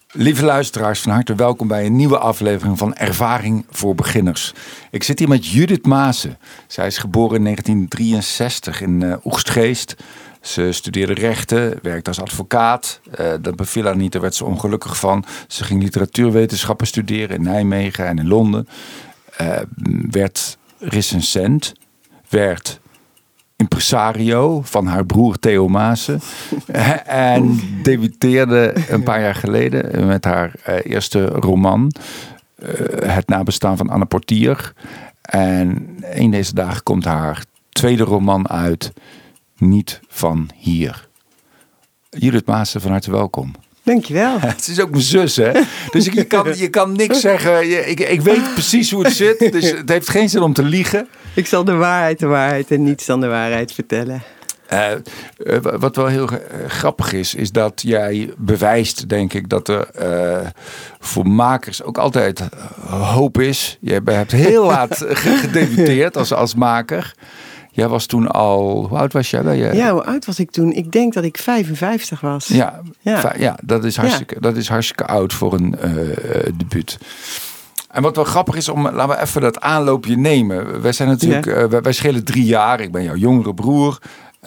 Lieve luisteraars, van harte welkom bij een nieuwe aflevering van Ervaring voor Beginners. Ik zit hier met Judith Maassen. Zij is geboren in 1963 in Oegstgeest. Ze studeerde rechten, werkte als advocaat. Dat beviel haar niet, daar werd ze ongelukkig van. Ze ging literatuurwetenschappen studeren in Nijmegen en in Londen. Werd recensent, werd impresario van haar broer Theo Maassen. En debuteerde een paar jaar geleden met haar eerste roman. Het nabestaan van Anne Portier. En een deze dagen komt haar tweede roman uit. Niet van hier. Judith Maassen, van harte welkom. Dankjewel. Het is ook mijn zus, hè? Dus je kan niks zeggen. Ik weet precies hoe het zit. Dus het heeft geen zin om te liegen. Ik zal de waarheid en niets dan de waarheid vertellen. Wat wel heel grappig is dat jij bewijst, denk ik, dat er voor makers ook altijd hoop is. Je hebt heel laat gedebuteerd als maker. Jij was toen al... Hoe oud was jij? Ja, hoe oud was ik toen? Ik denk dat ik 55 was. Ja, dat is hartstikke oud voor een debuut. En wat wel grappig is, laten we even dat aanloopje nemen. Wij zijn natuurlijk... wij schelen 3 jaar. Ik ben jouw jongere broer.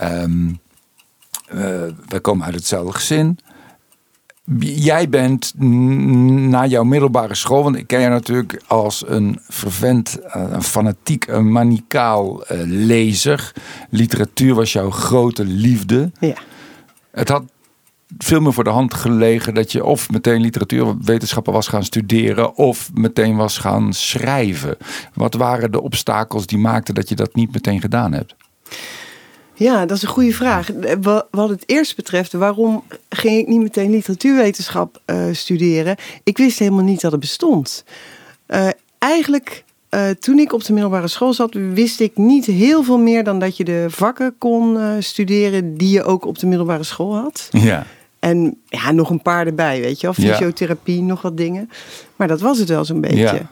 Wij komen uit hetzelfde gezin. Jij bent na jouw middelbare school, want ik ken je natuurlijk als een fervent, een fanatiek, een maniacaal lezer. Literatuur was jouw grote liefde. Ja. Het had veel meer voor de hand gelegen dat je of meteen literatuurwetenschappen was gaan studeren of meteen was gaan schrijven. Wat waren de obstakels die maakten dat je dat niet meteen gedaan hebt? Ja, dat is een goede vraag. Wat het eerst betreft, waarom ging ik niet meteen literatuurwetenschap studeren? Ik wist helemaal niet dat het bestond. Eigenlijk, toen ik op de middelbare school zat, wist ik niet heel veel meer dan dat je de vakken kon studeren die je ook op de middelbare school had. Ja. En ja, nog een paar erbij, weet je wel. Fysiotherapie, nog wat dingen. Maar dat was het wel zo'n beetje. Ja.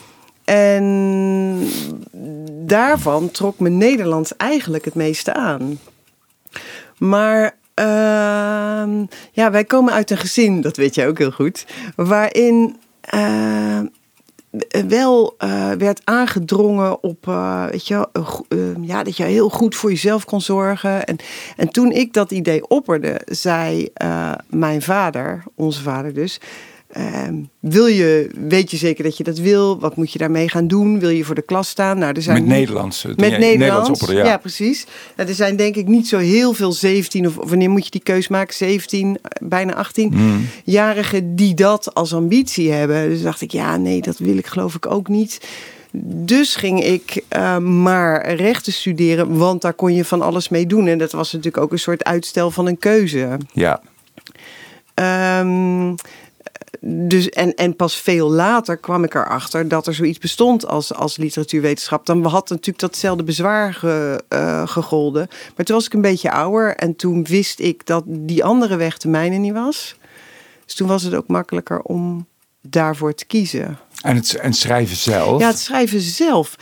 En daarvan trok me Nederlands eigenlijk het meeste aan. Maar wij komen uit een gezin, dat weet jij ook heel goed, waarin werd aangedrongen op dat je heel goed voor jezelf kon zorgen. En toen ik dat idee opperde, zei mijn vader, onze vader dus, weet je zeker dat je dat wil? Wat moet je daarmee gaan doen? Wil je voor de klas staan? Nou, er zijn met Nederlands. Met Nederlands opperde, ja, precies. Nou, er zijn denk ik niet zo heel veel 17, of wanneer moet je die keus maken? 17, bijna 18-jarigen die dat als ambitie hebben. Dus dacht ik, ja, nee, dat wil ik geloof ik ook niet. Dus ging ik maar rechten studeren, want daar kon je van alles mee doen. En dat was natuurlijk ook een soort uitstel van een keuze. Ja. Dus, en pas veel later kwam ik erachter dat er zoiets bestond als literatuurwetenschap. Dan had natuurlijk datzelfde bezwaar gegolden. Maar toen was ik een beetje ouder en toen wist ik dat die andere weg de mijne niet was. Dus toen was het ook makkelijker om daarvoor te kiezen. En schrijven zelf? Ja, het schrijven zelf.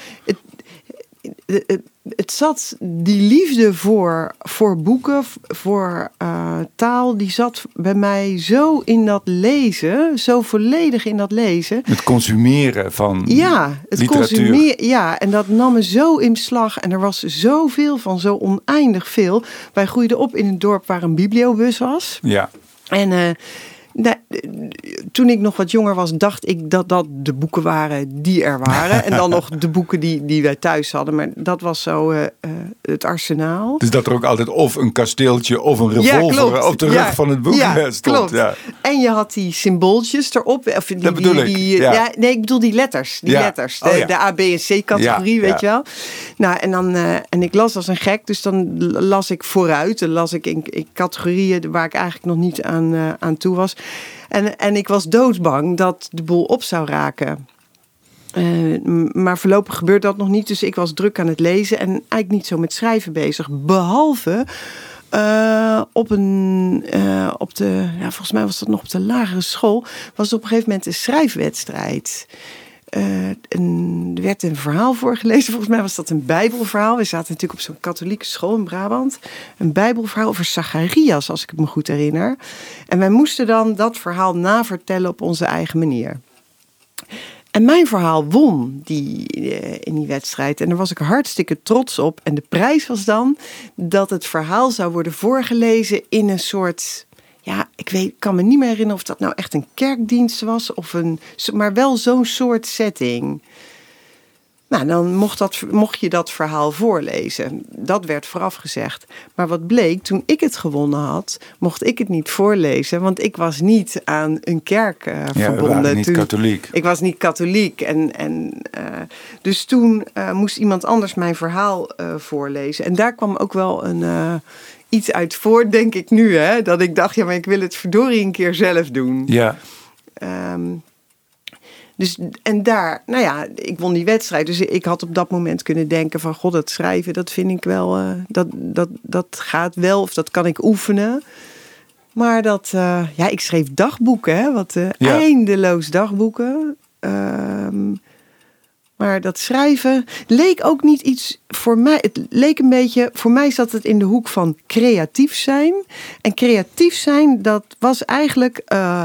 Het zat, die liefde voor boeken, voor taal, die zat bij mij zo in dat lezen, zo volledig in dat lezen. Het consumeren van literatuur. Consumeren, ja, en dat nam me zo in beslag en er was zoveel van, zo oneindig veel. Wij groeiden op in een dorp waar een bibliobus was. Ja. En toen ik nog wat jonger was, dacht ik dat dat de boeken waren die er waren. En dan nog de boeken die wij thuis hadden. Maar dat was zo het arsenaal. Dus dat er ook altijd of een kasteeltje of een revolver op de rug van het boek stond. Klopt. Ja. En je had die symbooltjes erop. Of dat bedoel ik. Nee, ik bedoel die letters. Letters. De A, B en C categorie, weet je wel. Nou, en ik las als een gek. Dus dan las ik vooruit. Dan las ik in categorieën waar ik eigenlijk nog niet aan toe was. En ik was doodsbang dat de boel op zou raken. Maar voorlopig gebeurt dat nog niet. Dus ik was druk aan het lezen en eigenlijk niet zo met schrijven bezig. Behalve volgens mij was dat nog op de lagere school, was er op een gegeven moment een schrijfwedstrijd. werd een verhaal voorgelezen. Volgens mij was dat een Bijbelverhaal. We zaten natuurlijk op zo'n katholieke school in Brabant. Een Bijbelverhaal over Zacharias, als ik het me goed herinner. En wij moesten dan dat verhaal navertellen op onze eigen manier. En mijn verhaal won in die wedstrijd. En daar was ik hartstikke trots op. En de prijs was dan dat het verhaal zou worden voorgelezen in een soort... Ja, ik kan me niet meer herinneren of dat nou echt een kerkdienst was. Maar wel zo'n soort setting. Nou, dan mocht je dat verhaal voorlezen. Dat werd vooraf gezegd. Maar wat bleek, toen ik het gewonnen had, mocht ik het niet voorlezen. Want ik was niet aan een kerk verbonden. We waren niet katholiek. Ik was niet katholiek. Dus toen moest iemand anders mijn verhaal voorlezen. En daar kwam ook wel iets uit voort, denk ik nu. Hè? Dat ik dacht, ja, maar ik wil het verdorie een keer zelf doen. Ja. Dus, en daar, nou ja, ik won die wedstrijd. Dus ik had op dat moment kunnen denken van... God, dat schrijven, dat vind ik wel... Dat gaat wel, of dat kan ik oefenen. Maar ik schreef dagboeken, hè. Eindeloos dagboeken. Maar dat schrijven leek ook niet iets voor mij. Het leek een beetje, voor mij zat het in de hoek van creatief zijn. En creatief zijn, dat was eigenlijk...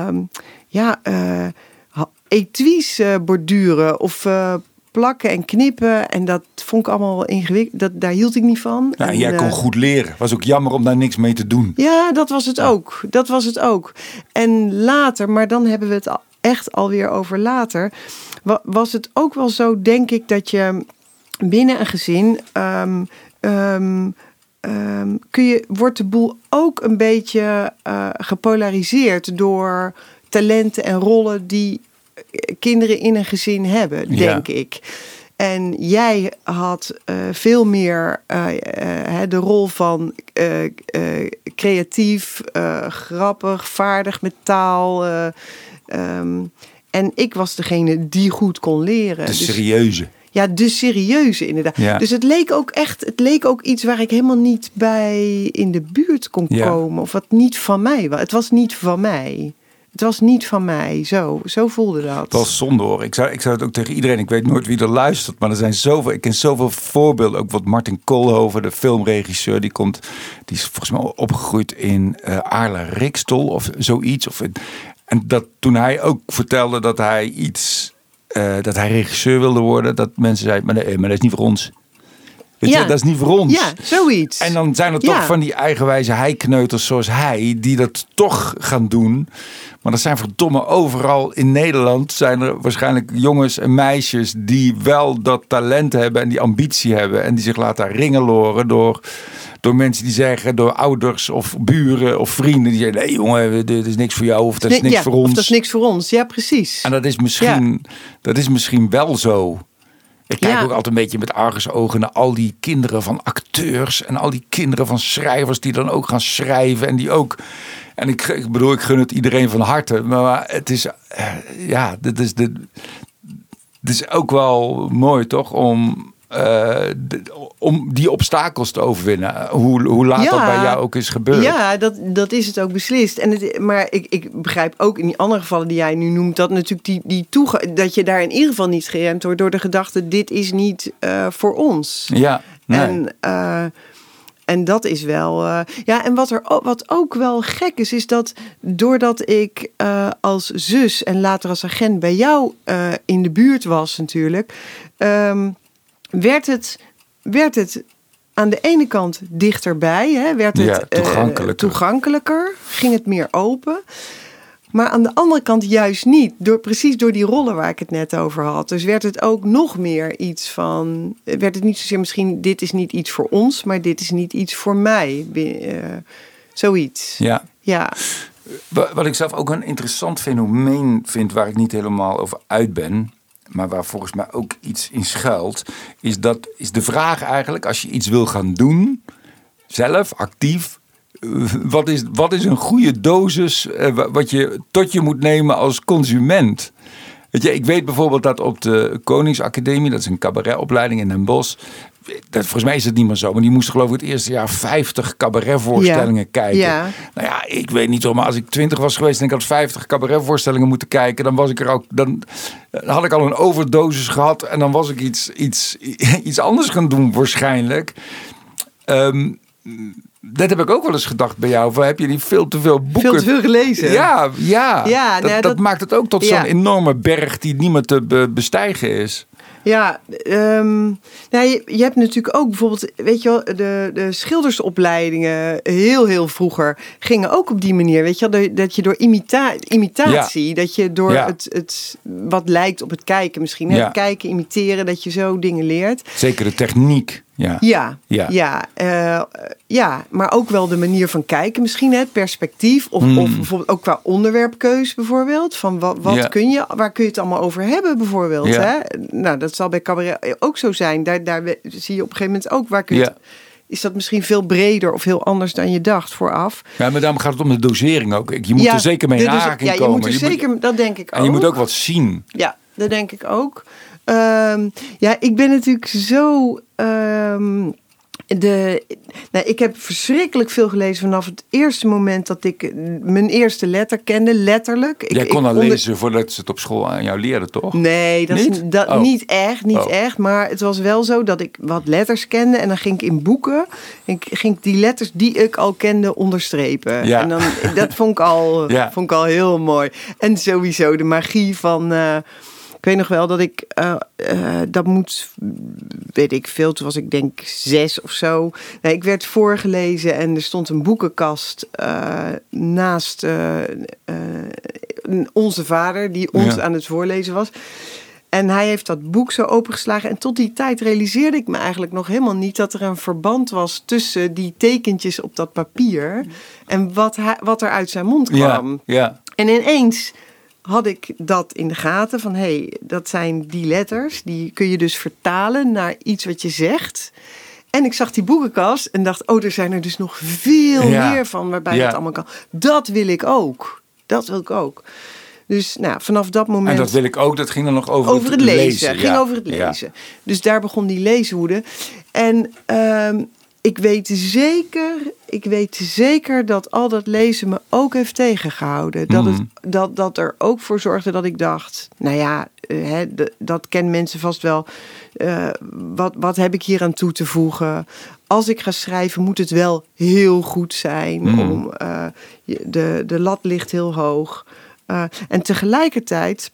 etuis borduren of plakken en knippen. En dat vond ik allemaal ingewikkeld. Daar hield ik niet van. Ja, en jij kon goed leren. Was ook jammer om daar niks mee te doen. Ja, dat was het ook. Dat was het ook. En later, maar dan hebben we het echt alweer over later... was het ook wel zo, denk ik, dat je binnen een gezin... wordt de boel ook een beetje gepolariseerd... door talenten en rollen die... kinderen in een gezin hebben, denk ik. En jij had veel meer de rol van creatief, grappig, vaardig met taal. En ik was degene die goed kon leren. De serieuze. Ja, de serieuze inderdaad. Ja. Dus het leek ook iets waar ik helemaal niet bij in de buurt kon komen. Of wat niet van mij was. Het was niet van mij. Het was niet van mij. Zo voelde dat. Het was zonde hoor. Ik zou het ook tegen iedereen. Ik weet nooit wie er luistert. Maar er zijn zoveel. Ik ken zoveel voorbeelden. Ook wat Martin Koolhoven, de filmregisseur. Die is volgens mij opgegroeid in Aarle-Rikstol of zoiets. En dat toen hij ook vertelde dat hij dat hij regisseur wilde worden. Dat mensen zeiden, maar dat is niet voor ons. Weet je, dat is niet voor ons. Ja, zoiets. En dan zijn er toch van die eigenwijze heikneuters zoals hij... die dat toch gaan doen. Maar dat zijn verdomme overal in Nederland... zijn er waarschijnlijk jongens en meisjes... die wel dat talent hebben en die ambitie hebben... en die zich laten ringeloren door mensen die zeggen... door ouders of buren of vrienden... die zeggen, nee jongen, dit is niks voor jou of dat is niks voor ons. Of dat is niks voor ons, ja precies. En dat is misschien wel zo... Ik kijk ook altijd een beetje met argusogen naar al die kinderen van acteurs... en al die kinderen van schrijvers die dan ook gaan schrijven... en die ook... En ik bedoel, ik gun het iedereen van harte... maar het is... dit is ook wel mooi, toch? Om die obstakels te overwinnen. Hoe laat dat bij jou ook is gebeurd. Ja, dat is het ook beslist. Maar ik begrijp ook in die andere gevallen die jij nu noemt... dat natuurlijk dat je daar in ieder geval niet geremd wordt... door de gedachte, dit is niet voor ons. Ja, nee. En dat is wel... en wat ook wel gek is dat doordat ik als zus... en later als agent bij jou in de buurt was natuurlijk... werd het aan de ene kant dichterbij. Hè? Werd het toegankelijker. Ging het meer open. Maar aan de andere kant juist niet. Precies door die rollen waar ik het net over had. Dus werd het ook nog meer iets van... werd het niet zozeer misschien... dit is niet iets voor ons... maar dit is niet iets voor mij. Zoiets. Ja. Wat ik zelf ook een interessant fenomeen vind... waar ik niet helemaal over uit ben... maar waar volgens mij ook iets in schuilt... is de vraag eigenlijk... als je iets wil gaan doen... zelf, actief... Wat is een goede dosis... wat je tot je moet nemen als consument? Weet je, ik weet bijvoorbeeld dat op de Koningsacademie... dat is een cabaretopleiding in Den Bosch... volgens mij is het niet meer zo. Maar die moesten geloof ik het eerste jaar 50 cabaretvoorstellingen kijken. Ja. Nou ja, ik weet niet hoor. Maar als ik 20 was geweest en ik had 50 cabaretvoorstellingen moeten kijken. Dan was ik er ook. Dan had ik al een overdosis gehad. En dan was ik iets anders gaan doen waarschijnlijk. Dat heb ik ook wel eens gedacht bij jou. Van, heb je die veel te veel boeken? Veel te veel gelezen. Ja, dat maakt het ook tot zo'n enorme berg die niet meer te bestijgen is. Ja, je hebt natuurlijk ook bijvoorbeeld, weet je wel, de schildersopleidingen heel vroeger gingen ook op die manier. Weet je wel, dat je door imitatie, dat je door het wat lijkt op het kijken misschien. Het kijken, imiteren, dat je zo dingen leert. Zeker de techniek. Ja, maar ook wel de manier van kijken misschien, het perspectief. Of bijvoorbeeld ook qua onderwerpkeus bijvoorbeeld. Van wat kun je, waar kun je het allemaal over hebben bijvoorbeeld. Ja. Hè? Nou, dat zal bij cabaret ook zo zijn. Daar zie je op een gegeven moment ook, waar kun je is dat misschien veel breder of heel anders dan je dacht vooraf. Ja, maar daarom gaat het om de dosering ook. Je moet er zeker mee in aanraking komen. Ja, je moet er zeker, dat denk ik ook. En je moet ook wat zien. Ja, dat denk ik ook. Ik ben natuurlijk zo... ik heb verschrikkelijk veel gelezen vanaf het eerste moment dat ik mijn eerste letter kende, letterlijk. Jij kon al lezen voordat ze het op school aan jou leerden, toch? Nee, niet echt. Maar het was wel zo dat ik wat letters kende en dan ging ik in boeken en ging ik die letters die ik al kende onderstrepen. Ja. En dan, dat vond ik al heel mooi. En sowieso de magie van... Ik weet nog wel dat ik, weet ik veel, toen was ik denk 6 of zo. Nee, ik werd voorgelezen en er stond een boekenkast naast onze vader, die ons aan het voorlezen was. En hij heeft dat boek zo opengeslagen. En tot die tijd realiseerde ik me eigenlijk nog helemaal niet dat er een verband was tussen die tekentjes op dat papier en wat er uit zijn mond kwam. Ja. En ineens had ik dat in de gaten van dat zijn die letters. Die kun je dus vertalen naar iets wat je zegt. En ik zag die boekenkast en dacht, er zijn er dus nog veel meer van waarbij dat allemaal kan. Dat wil ik ook. Dus vanaf dat moment... En dat wil ik ook, dat ging dan nog over het lezen. Ging over het lezen. Dus daar begon die leeswoede. En ik weet zeker dat al dat lezen me ook heeft tegengehouden. Dat er ook voor zorgde dat ik dacht... dat kennen mensen vast wel. Wat heb ik hier aan toe te voegen? Als ik ga schrijven moet het wel heel goed zijn. De lat ligt heel hoog. En tegelijkertijd...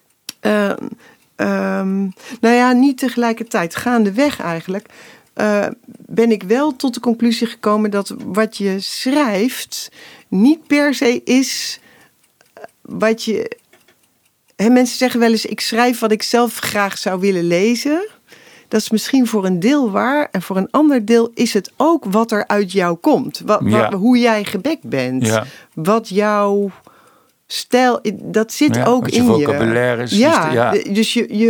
niet tegelijkertijd. Gaandeweg eigenlijk... ben ik wel tot de conclusie gekomen dat wat je schrijft niet per se is wat je... mensen zeggen wel eens, ik schrijf wat ik zelf graag zou willen lezen. Dat is misschien voor een deel waar. En voor een ander deel is het ook wat er uit jou komt. Hoe jij gebekt bent. Ja. Wat jouw stijl... Dat zit ook in je. Vocabulaire is. Dus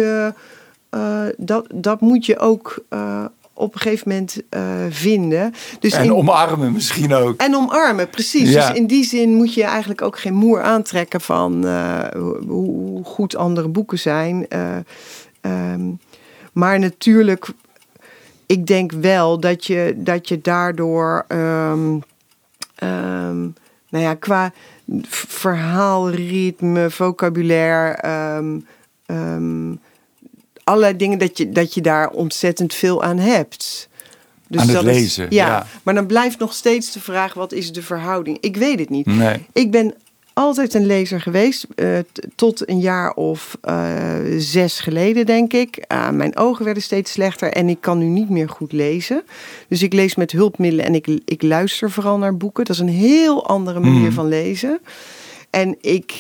dat moet je ook... op een gegeven moment vinden. Dus omarmen misschien ook. En omarmen, precies. Ja. Dus in die zin moet je eigenlijk ook geen moer aantrekken van hoe goed andere boeken zijn. Maar natuurlijk, ik denk wel dat je daardoor qua verhaalritme, vocabulaire... allerlei dingen dat je daar ontzettend veel aan hebt. Dus aan het lezen, ja. Maar dan blijft nog steeds de vraag, wat is de verhouding? Ik weet het niet. Nee. Ik ben altijd een lezer geweest, tot een jaar of 6 geleden, denk ik. Mijn ogen werden steeds slechter en ik kan nu niet meer goed lezen. Dus ik lees met hulpmiddelen en ik luister vooral naar boeken. Dat is een heel andere manier van lezen. En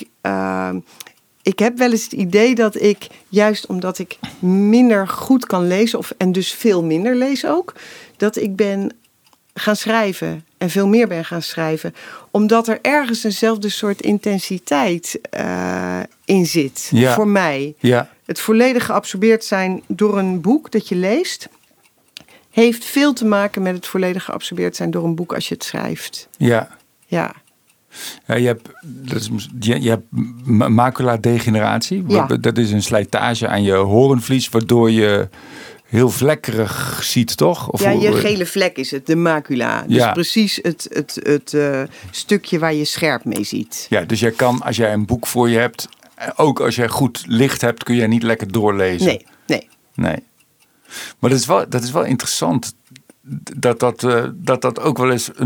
ik heb wel eens het idee dat ik, juist omdat ik minder goed kan lezen... en dus veel minder lees ook... dat ik ben gaan schrijven en veel meer ben gaan schrijven. Omdat er ergens eenzelfde soort intensiteit in zit, voor mij. Ja. Het volledig geabsorbeerd zijn door een boek dat je leest... heeft veel te maken met het volledig geabsorbeerd zijn door een boek als je het schrijft. Ja. Ja, je hebt maculadegeneratie. Ja. Dat is een slijtage aan je horenvlies, waardoor je heel vlekkerig ziet, toch? Of je gele vlek is het, de macula. Dus precies het stukje waar je scherp mee ziet. Ja, dus jij kan, als jij een boek voor je hebt, ook als jij goed licht hebt, kun je niet lekker doorlezen. Nee. Maar dat is wel interessant dat ook wel eens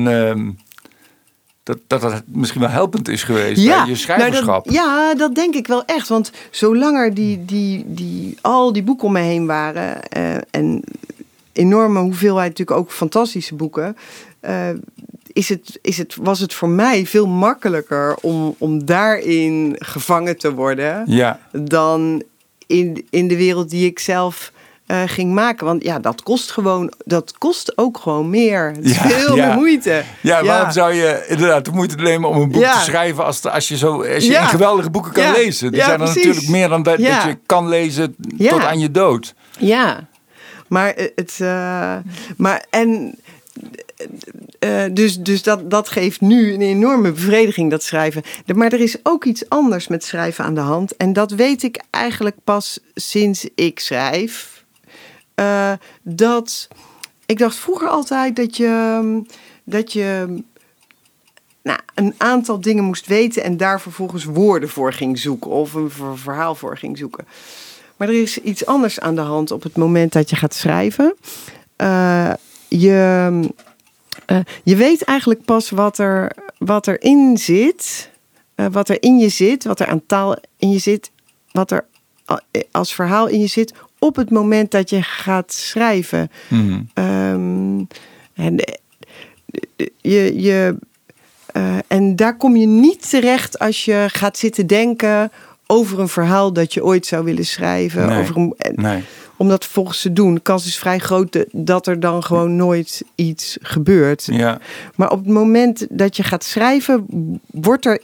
dat misschien wel helpend is geweest bij je schrijverschap. Dat denk ik wel echt. Want zolang er al die boeken om me heen waren en enorme hoeveelheid natuurlijk ook fantastische boeken, was het voor mij veel makkelijker om daarin gevangen te worden dan in de wereld die ik zelf ging maken. Want dat kost ook gewoon meer. Het is veel meer moeite. Waarom zou je inderdaad de moeite nemen om een boek te schrijven als je in geweldige boeken kan lezen? Die zijn er natuurlijk meer dan dat je kan lezen tot aan je dood. Ja, maar dus dat geeft nu een enorme bevrediging, dat schrijven. Maar er is ook iets anders met schrijven aan de hand. En dat weet ik eigenlijk pas sinds ik schrijf. Ik dacht vroeger altijd dat je een aantal dingen moest weten en daar vervolgens woorden voor ging zoeken of een verhaal voor ging zoeken. Maar er is iets anders aan de hand op het moment dat je gaat schrijven. Je weet eigenlijk pas wat er in zit, wat er in je zit, wat er aan taal in je zit, wat er als verhaal in je zit, op het moment dat je gaat schrijven. En daar kom je niet terecht als je gaat zitten denken over een verhaal dat je ooit zou willen schrijven. Om dat vervolgens te doen. De kans is vrij groot dat er dan gewoon nooit iets gebeurt. Ja. Maar op het moment dat je gaat schrijven, wordt er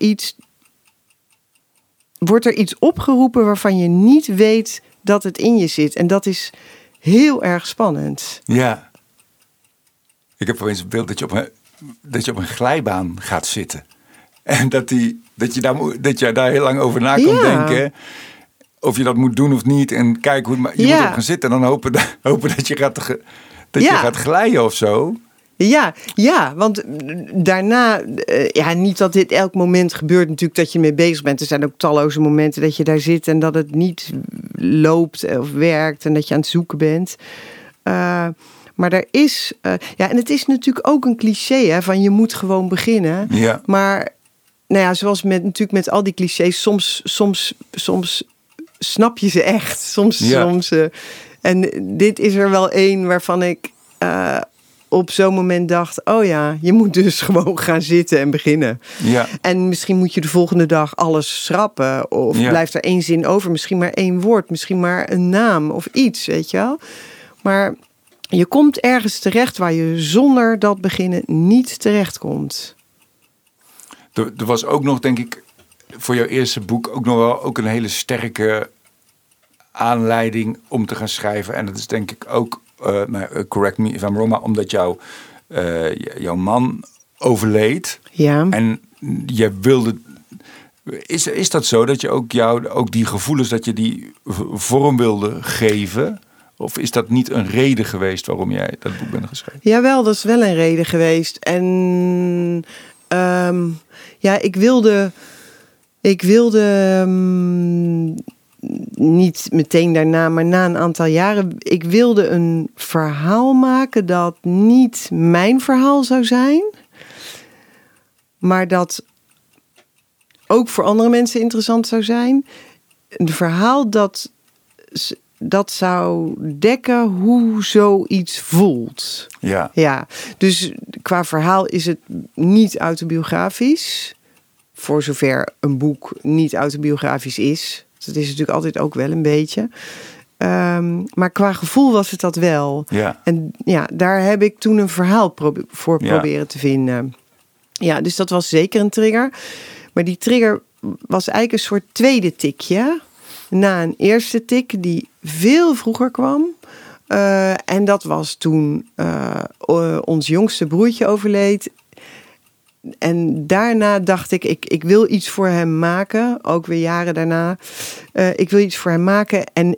iets opgeroepen waarvan je niet weet dat het in je zit. En dat is heel erg spannend. Ja. Ik heb opeens een beeld dat je op een glijbaan gaat zitten. En dat je daar heel lang over na kan denken. Of je dat moet doen of niet. En kijken hoe je moet op gaan zitten. En dan hopen dat je gaat glijden of zo. Ja, want daarna, niet dat dit elk moment gebeurt natuurlijk dat je mee bezig bent. Er zijn ook talloze momenten dat je daar zit en dat het niet loopt of werkt en dat je aan het zoeken bent. Maar er is, en het is natuurlijk ook een cliché van je moet gewoon beginnen. Ja. Maar zoals met al die clichés, soms snap je ze echt. Soms. En dit is er wel één waarvan ik op zo'n moment dacht, je moet dus gewoon gaan zitten en beginnen. Ja. En misschien moet je de volgende dag alles schrappen. Of blijft er één zin over. Misschien maar één woord. Misschien maar een naam of iets, weet je wel. Maar je komt ergens terecht waar je zonder dat beginnen niet terecht komt. Er was ook nog, denk ik, voor jouw eerste boek ook nog wel een hele sterke aanleiding om te gaan schrijven. En dat is denk ik ook, correct me if I'm wrong, maar omdat jouw man overleed. Ja. En je wilde. Is dat zo dat je ook die gevoelens, dat je die vorm wilde geven? Of is dat niet een reden geweest waarom jij dat boek bent geschreven? Jawel, dat is wel een reden geweest. En ik wilde niet meteen daarna, maar na een aantal jaren, ik wilde een verhaal maken dat niet mijn verhaal zou zijn, maar dat ook voor andere mensen interessant zou zijn. Een verhaal dat zou dekken hoe zoiets voelt. Ja. Dus qua verhaal is het niet autobiografisch. Voor zover een boek niet autobiografisch is. Dat is natuurlijk altijd ook wel een beetje. Maar qua gevoel was het dat wel. Ja. En daar heb ik toen een verhaal voor proberen te vinden. Ja, dus dat was zeker een trigger. Maar die trigger was eigenlijk een soort tweede tikje. Na een eerste tik die veel vroeger kwam. En dat was toen ons jongste broertje overleed. En daarna dacht ik wil iets voor hem maken. Ook weer jaren daarna. Ik wil iets voor hem maken. En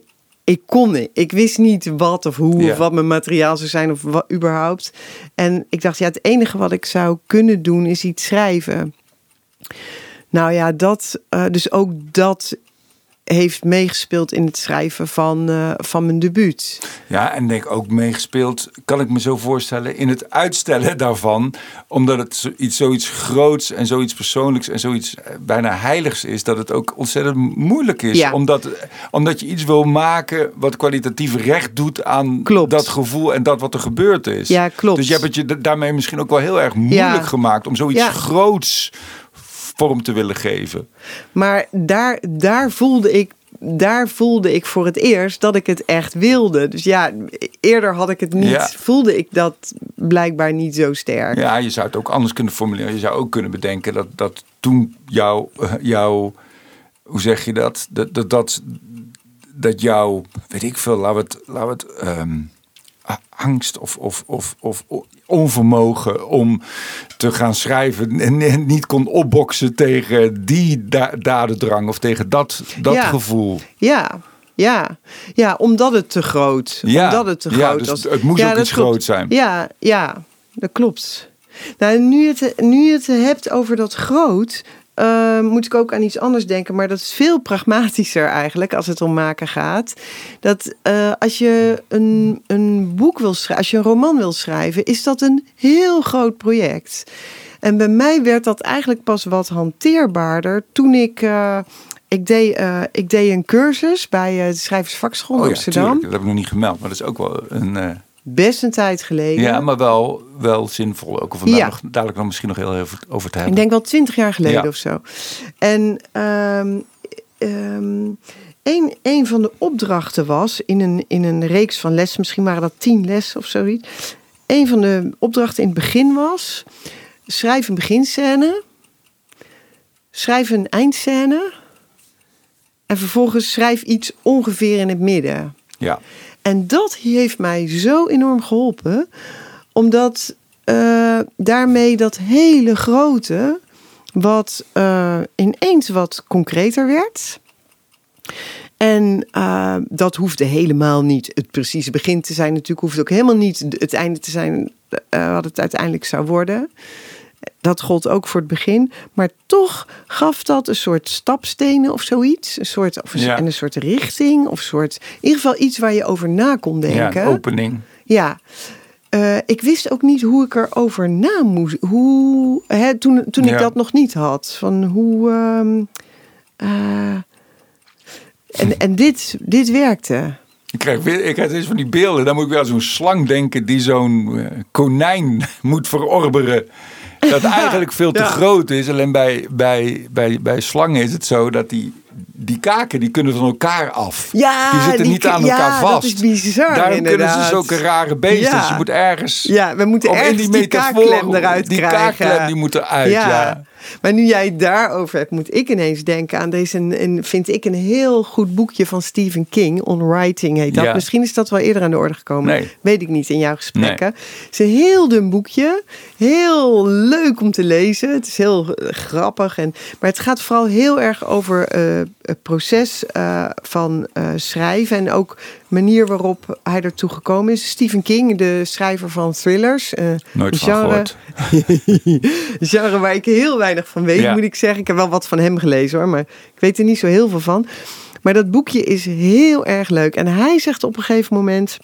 Ik wist niet wat of hoe of wat mijn materiaal zou zijn of wat überhaupt. En ik dacht, het enige wat ik zou kunnen doen is iets schrijven. Nou ja, dus ook dat heeft meegespeeld in het schrijven van mijn debuut. Ja, en denk ook meegespeeld, kan ik me zo voorstellen, in het uitstellen daarvan. Omdat het zoiets groots en zoiets persoonlijks en zoiets bijna heiligs is. Dat het ook ontzettend moeilijk is. Ja. Omdat je iets wil maken wat kwalitatief recht doet aan dat gevoel en dat wat er gebeurd is. Ja, klopt. Dus je hebt het je daarmee misschien ook wel heel erg moeilijk gemaakt om zoiets groots vorm te willen geven. Maar daar voelde ik voor het eerst dat ik het echt wilde. Dus eerder had ik het niet, voelde ik dat blijkbaar niet zo sterk. Ja, je zou het ook anders kunnen formuleren. Je zou ook kunnen bedenken dat toen jouw hoe zeg je dat? Dat jouw, weet ik veel, laten we het angst of onvermogen om te gaan schrijven en niet kon opboksen tegen die dadendrang of tegen dat gevoel. Ja, omdat het te groot. Omdat het te groot dus was. Het moest ook iets groot zijn. Ja, dat klopt. Nou, nu je het hebt over dat groot, moet ik ook aan iets anders denken. Maar dat is veel pragmatischer eigenlijk als het om maken gaat. Dat als je een boek wil schrijven, als je een roman wil schrijven, is dat een heel groot project. En bij mij werd dat eigenlijk pas wat hanteerbaarder toen ik deed een cursus bij de Schrijversvakschool in Amsterdam. Tuurlijk, dat heb ik nog niet gemeld, maar dat is ook wel een best een tijd geleden. Ja, maar wel zinvol. Ook al vandaag dadelijk nog misschien nog heel even over te hebben. Ik denk wel 20 jaar geleden of zo. En een van de opdrachten was in een reeks van lessen, misschien waren dat 10 lessen of zoiets. Een van de opdrachten in het begin was: schrijf een beginscène, schrijf een eindscène en vervolgens schrijf iets ongeveer in het midden. Ja. En dat heeft mij zo enorm geholpen, omdat daarmee dat hele grote ineens wat concreter werd. En dat hoefde helemaal niet het precieze begin te zijn. Natuurlijk hoeft ook helemaal niet het einde te zijn wat het uiteindelijk zou worden. Dat gold ook voor het begin. Maar toch gaf dat een soort stapstenen of zoiets. En een soort richting. Of in ieder geval iets waar je over na kon denken. Ja, een opening. Ja. Ik wist ook niet hoe ik erover na moest. Toen ik dat nog niet had. Van hoe... En dit werkte. Ik krijg eens van die beelden. Dan moet ik wel zo'n slang denken die zo'n konijn moet verorberen. Dat eigenlijk veel te groot is. Alleen bij slangen is het zo dat die kaken die kunnen van elkaar af. Ja, die zitten niet aan elkaar vast. Dat is bizar. Daarom inderdaad. kunnen ze zulke rare beesten. Dus je moet ergens. Ja, we moeten ergens die kaakklem eruit krijgen. Die kaakklem die moet eruit. Ja. Maar nu jij het daarover hebt, moet ik ineens denken aan vind ik een heel goed boekje van Stephen King. On Writing heet dat. Ja. Misschien is dat wel eerder aan de orde gekomen. Nee. Weet ik niet in jouw gesprekken. Nee. Het is een heel dun boekje. Heel leuk om te lezen. Het is heel grappig. Maar het gaat vooral heel erg over het proces van schrijven. En ook manier waarop hij ertoe gekomen is. Stephen King, de schrijver van thrillers. Nooit van gehoord. Genre waar ik heel weinig van weet, moet ik zeggen. Ik heb wel wat van hem gelezen hoor, maar ik weet er niet zo heel veel van. Maar dat boekje is heel erg leuk. En hij zegt op een gegeven moment: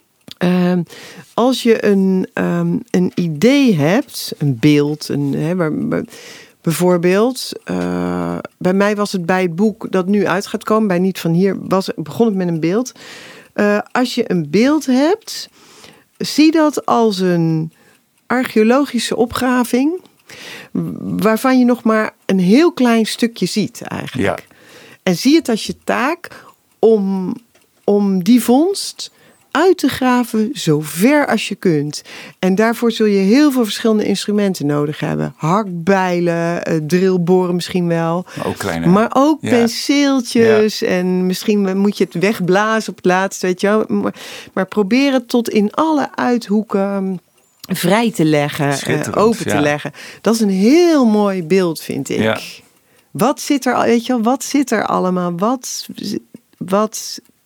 als je een idee hebt, een beeld, bijvoorbeeld, bij mij was het bij het boek dat nu uit gaat komen, bij Niet van Hier, begon het met een beeld. Als je een beeld hebt, zie dat als een archeologische opgraving, waarvan je nog maar een heel klein stukje ziet eigenlijk. Ja. En zie het als je taak om die vondst uit te graven zo ver als je kunt. En daarvoor zul je heel veel verschillende instrumenten nodig hebben. Hakbijlen, drillboren misschien wel. Maar ook penseeltjes. Ja. En misschien moet je het wegblazen op het laatst, weet je wel. Maar probeer het tot in alle uithoeken vrij te leggen, open te leggen. Dat is een heel mooi beeld, vind ik. Ja. Wat zit er allemaal? Wat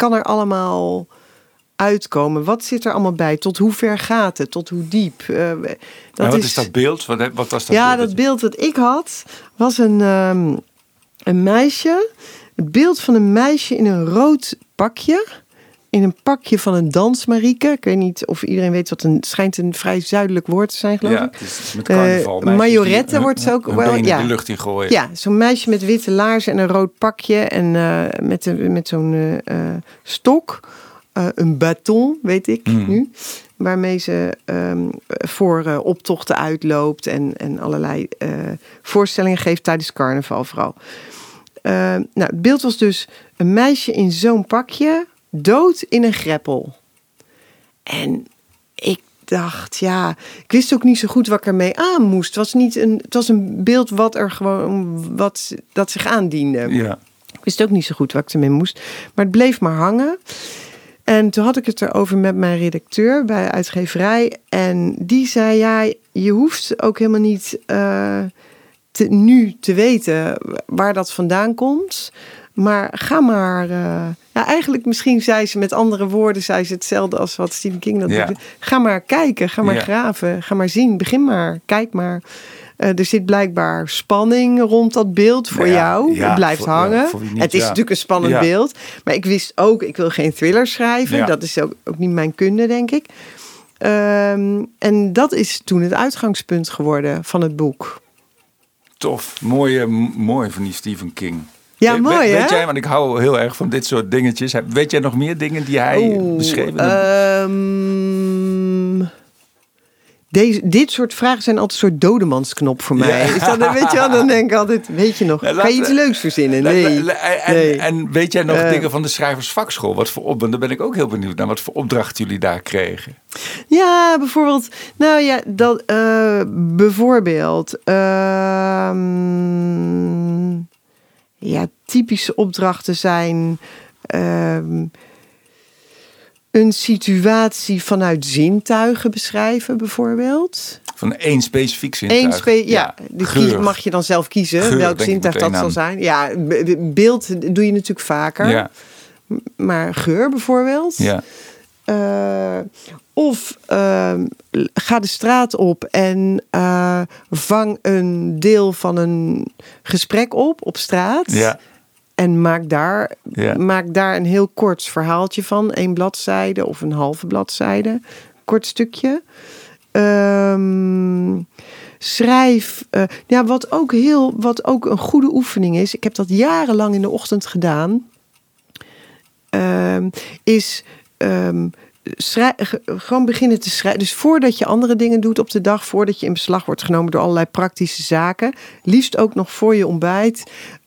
kan er allemaal uitkomen? Wat zit er allemaal bij? Tot hoe ver gaat het? Tot hoe diep? Wat is dat beeld? Wat was dat ja, beeld? Dat beeld dat ik had was een meisje. Het beeld van een meisje in een rood pakje. In een pakje van een dansmarieke. Ik weet niet of iedereen weet wat schijnt een vrij zuidelijk woord te zijn, geloof ik. Het is met carnaval. Majorette wordt ze ook wel. Ja, de lucht in gooien. Ja, zo'n meisje met witte laarzen en een rood pakje. En met zo'n stok. Een bâton, weet ik nu. Waarmee ze voor optochten uitloopt. En allerlei voorstellingen geeft tijdens carnaval vooral. Het beeld was dus een meisje in zo'n pakje, dood in een greppel. En ik dacht, ik wist ook niet zo goed wat ik ermee aan moest. Het was een beeld dat zich aandiende. Ja. Ik wist ook niet zo goed wat ik ermee moest. Maar het bleef maar hangen. En toen had ik het erover met mijn redacteur bij uitgeverij. En die zei, je hoeft ook helemaal niet nu te weten waar dat vandaan komt. Maar ga maar... eigenlijk misschien zei ze met andere woorden... zei ze hetzelfde als wat Stephen King dat doet. Ga maar kijken, ga maar graven, ga maar zien. Begin maar, kijk maar. Er zit blijkbaar spanning rond dat beeld voor jou. Het blijft hangen. Het is natuurlijk een spannend beeld. Maar ik wist ook, ik wil geen thriller schrijven. Ja. Dat is ook niet mijn kunde, denk ik. En dat is toen het uitgangspunt geworden van het boek. Tof, mooi van die Stephen King. Ja, mooi hè? Weet jij, want ik hou heel erg van dit soort dingetjes. Weet jij nog meer dingen die hij beschreven heeft? Dit soort vragen zijn altijd een soort dodemansknop voor mij. Ja. Is dat, weet je wel, dan denk ik altijd, weet je nog, ga je iets leuks verzinnen? Nee. En weet jij nog dingen van de schrijversvakschool? Daar ben ik ook heel benieuwd naar. Wat voor opdrachten jullie daar kregen? Ja, bijvoorbeeld, bijvoorbeeld, typische opdrachten zijn een situatie vanuit zintuigen beschrijven, bijvoorbeeld. Van één specifiek zintuig? Mag je dan zelf kiezen welk zintuig dat zal zijn. Ja, beeld doe je natuurlijk vaker. Ja. Maar geur bijvoorbeeld. Ja. Of ga de straat op en vang een deel van een gesprek op straat. Ja. En maak daar een heel kort verhaaltje van. 1 bladzijde of een halve bladzijde. Kort stukje. Schrijf. Wat ook een goede oefening is. Ik heb dat jarenlang in de ochtend gedaan. Gewoon beginnen te schrijven. Dus voordat je andere dingen doet op de dag, voordat je in beslag wordt genomen door allerlei praktische zaken, liefst ook nog voor je ontbijt,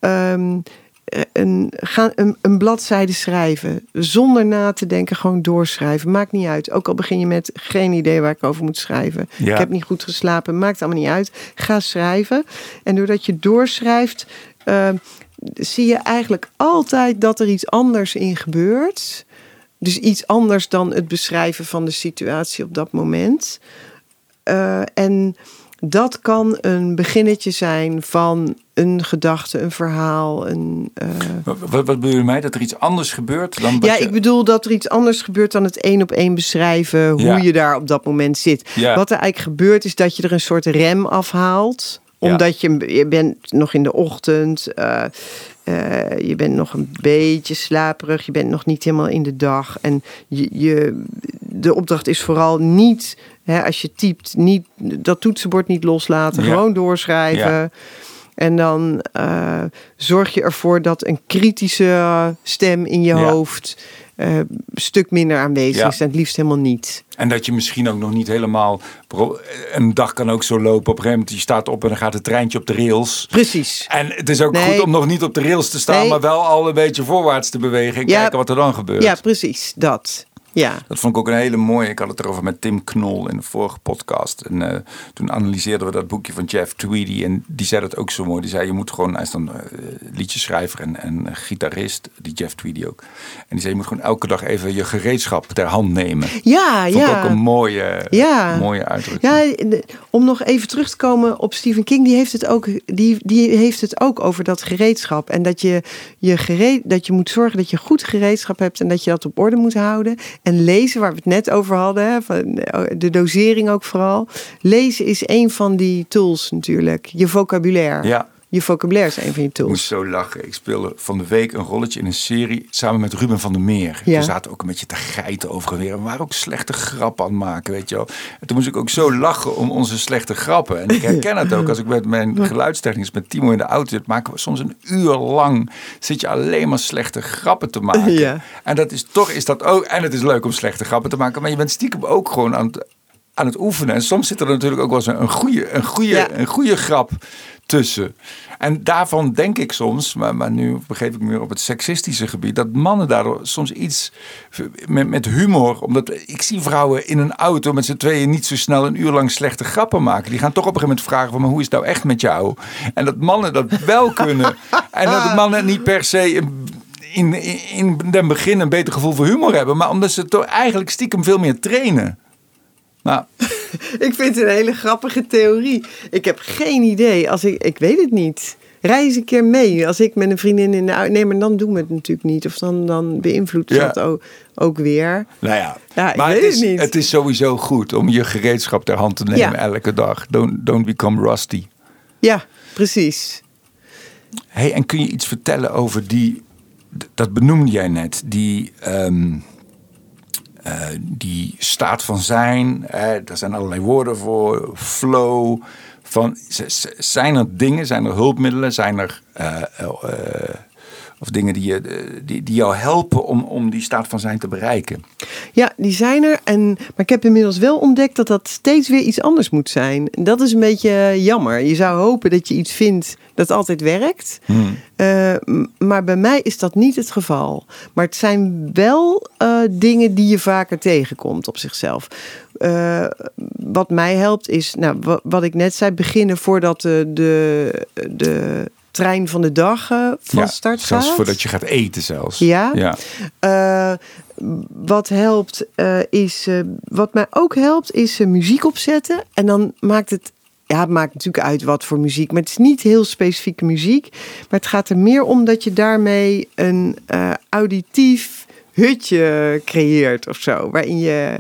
een bladzijde schrijven. Zonder na te denken, gewoon doorschrijven. Maakt niet uit. Ook al begin je met geen idee waar ik over moet schrijven. Ja. Ik heb niet goed geslapen. Maakt allemaal niet uit. Ga schrijven. En doordat je doorschrijft, zie je eigenlijk altijd dat er iets anders in gebeurt. Dus iets anders dan het beschrijven van de situatie op dat moment. En dat kan een beginnetje zijn van een gedachte, een verhaal. Wat bedoel je mij? Dat er iets anders gebeurt? Ik bedoel dat er iets anders gebeurt dan het 1-op-1 beschrijven hoe je daar op dat moment zit. Ja. Wat er eigenlijk gebeurt is dat je er een soort rem afhaalt. Omdat je bent nog in de ochtend. Je bent nog een beetje slaperig. Je bent nog niet helemaal in de dag. En de opdracht is vooral niet, als je typt, niet dat toetsenbord niet loslaten. Ja. Gewoon doorschrijven. Ja. En dan zorg je ervoor dat een kritische stem in je hoofd een stuk minder aanwezig is. En het liefst helemaal niet. En dat je misschien ook nog niet helemaal... Een dag kan ook zo lopen. Op een gegeven moment, je staat op en dan gaat het treintje op de rails. Precies. En het is ook goed om nog niet op de rails te staan, maar wel al een beetje voorwaarts te bewegen en kijken wat er dan gebeurt. Ja, precies. Dat. Ja. Dat vond ik ook een hele mooie. Ik had het erover met Tim Knol in de vorige podcast. En toen analyseerden we dat boekje van Jeff Tweedy. En die zei dat ook zo mooi. Die zei, je moet gewoon... Hij is dan liedjeschrijver en gitarist. Die Jeff Tweedy ook. En die zei, je moet gewoon elke dag even je gereedschap ter hand nemen. Ja, vond ik ook een mooie uitdrukking. Ja, om nog even terug te komen op Stephen King. Die heeft het ook over dat gereedschap. En dat je moet zorgen dat je goed gereedschap hebt. En dat je dat op orde moet houden. En lezen, waar we het net over hadden. Hè, van de dosering ook vooral. Lezen is een van die tools natuurlijk. Je vocabulaire. Ja. Je vocabulaire is een van je tools. Ik moest zo lachen. Ik speelde van de week een rolletje in een serie samen met Ruben van der Meer. Ja. We zaten ook een beetje te geiten over en weer. We waren ook slechte grappen aan het maken, weet je wel. En toen moest ik ook zo lachen om onze slechte grappen. En ik herken het ook als ik met mijn geluidstechnicus, met Timo in de auto zit. Maken we soms een uur lang, zit je alleen maar slechte grappen te maken. Ja. En dat is toch, is dat ook, en het is leuk om slechte grappen te maken. Maar je bent stiekem ook gewoon aan het oefenen. En soms zit er natuurlijk ook wel eens een goede grap tussen. En daarvan denk ik soms, maar nu begeef ik me weer op het seksistische gebied, dat mannen daardoor soms iets met humor, omdat ik zie vrouwen in een auto met z'n tweeën niet zo snel een uur lang slechte grappen maken. Die gaan toch op een gegeven moment vragen van, maar hoe is het nou echt met jou? En dat mannen dat wel kunnen. En dat de mannen niet per se in den begin een beter gevoel voor humor hebben, maar omdat ze toch eigenlijk stiekem veel meer trainen. Nou. Ik vind het een hele grappige theorie. Ik heb geen idee. Ik weet het niet. Rij eens een keer mee. Als ik met een vriendin in de auto... Nee, maar dan doen we het natuurlijk niet. Of dan beïnvloedt dat ook weer. Nou ja, maar ik weet het niet. Het is sowieso goed om je gereedschap ter hand te nemen elke dag. Don't become rusty. Ja, precies. Hey, en kun je iets vertellen over dat benoemde jij net, die staat van zijn, daar zijn allerlei woorden voor, flow. Zijn er dingen, zijn er hulpmiddelen, zijn er of dingen die jou helpen om die staat van zijn te bereiken? Ja, die zijn er. Maar ik heb inmiddels wel ontdekt dat steeds weer iets anders moet zijn. Dat is een beetje jammer. Je zou hopen dat je iets vindt dat altijd werkt. Maar bij mij is dat niet het geval. Maar het zijn wel dingen die je vaker tegenkomt op zichzelf. Wat mij helpt is, wat ik net zei, beginnen voordat de trein van de dag van start gaat. Zelfs voordat je gaat eten zelfs. Ja. Wat mij ook helpt is muziek opzetten. En dan maakt het maakt natuurlijk uit wat voor muziek. Maar het is niet heel specifieke muziek. Maar het gaat er meer om dat je daarmee een auditief hutje creëert of zo. Waarin je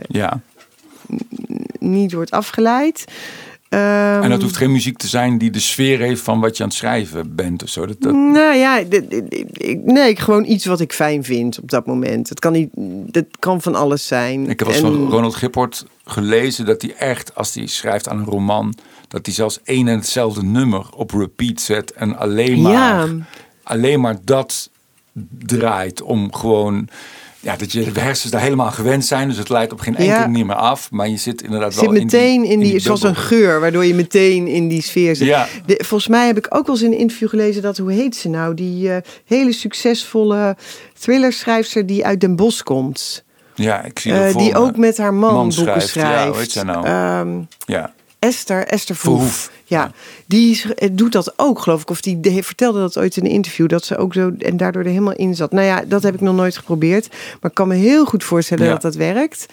niet wordt afgeleid. En dat hoeft geen muziek te zijn die de sfeer heeft van wat je aan het schrijven bent of zo. Nou ja, gewoon iets wat ik fijn vind op dat moment. Dat kan van alles zijn. Ik heb wel eens van Ronald Gippert gelezen dat hij echt, als hij schrijft aan een roman, dat hij zelfs één en hetzelfde nummer op repeat zet en alleen maar dat draait om gewoon... Ja, dat je de hersens daar helemaal gewend zijn. Dus het leidt op geen enkele manier meer af. Maar je zit inderdaad wel meteen in die zoals een geur, waardoor je meteen in die sfeer zit. Ja. Volgens mij heb ik ook wel eens in een interview gelezen dat, hoe heet ze nou? Die hele succesvolle thrillerschrijfster die uit Den Bosch komt. Ja, ik zie dat voor die ook met haar man boeken schrijft. Ja, hoe heet ze nou? Esther Verhoef. Ja, die doet dat ook, geloof ik. Of die vertelde dat ooit in een interview. Dat ze ook zo en daardoor er helemaal in zat. Nou ja, dat heb ik nog nooit geprobeerd. Maar ik kan me heel goed voorstellen dat dat werkt.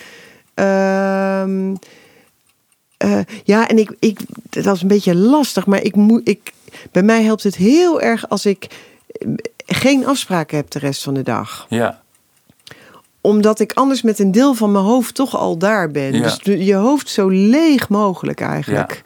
En ik dat was een beetje lastig. Maar bij mij helpt het heel erg als ik geen afspraken heb de rest van de dag. Ja. Omdat ik anders met een deel van mijn hoofd toch al daar ben. Ja. Dus je hoofd zo leeg mogelijk eigenlijk.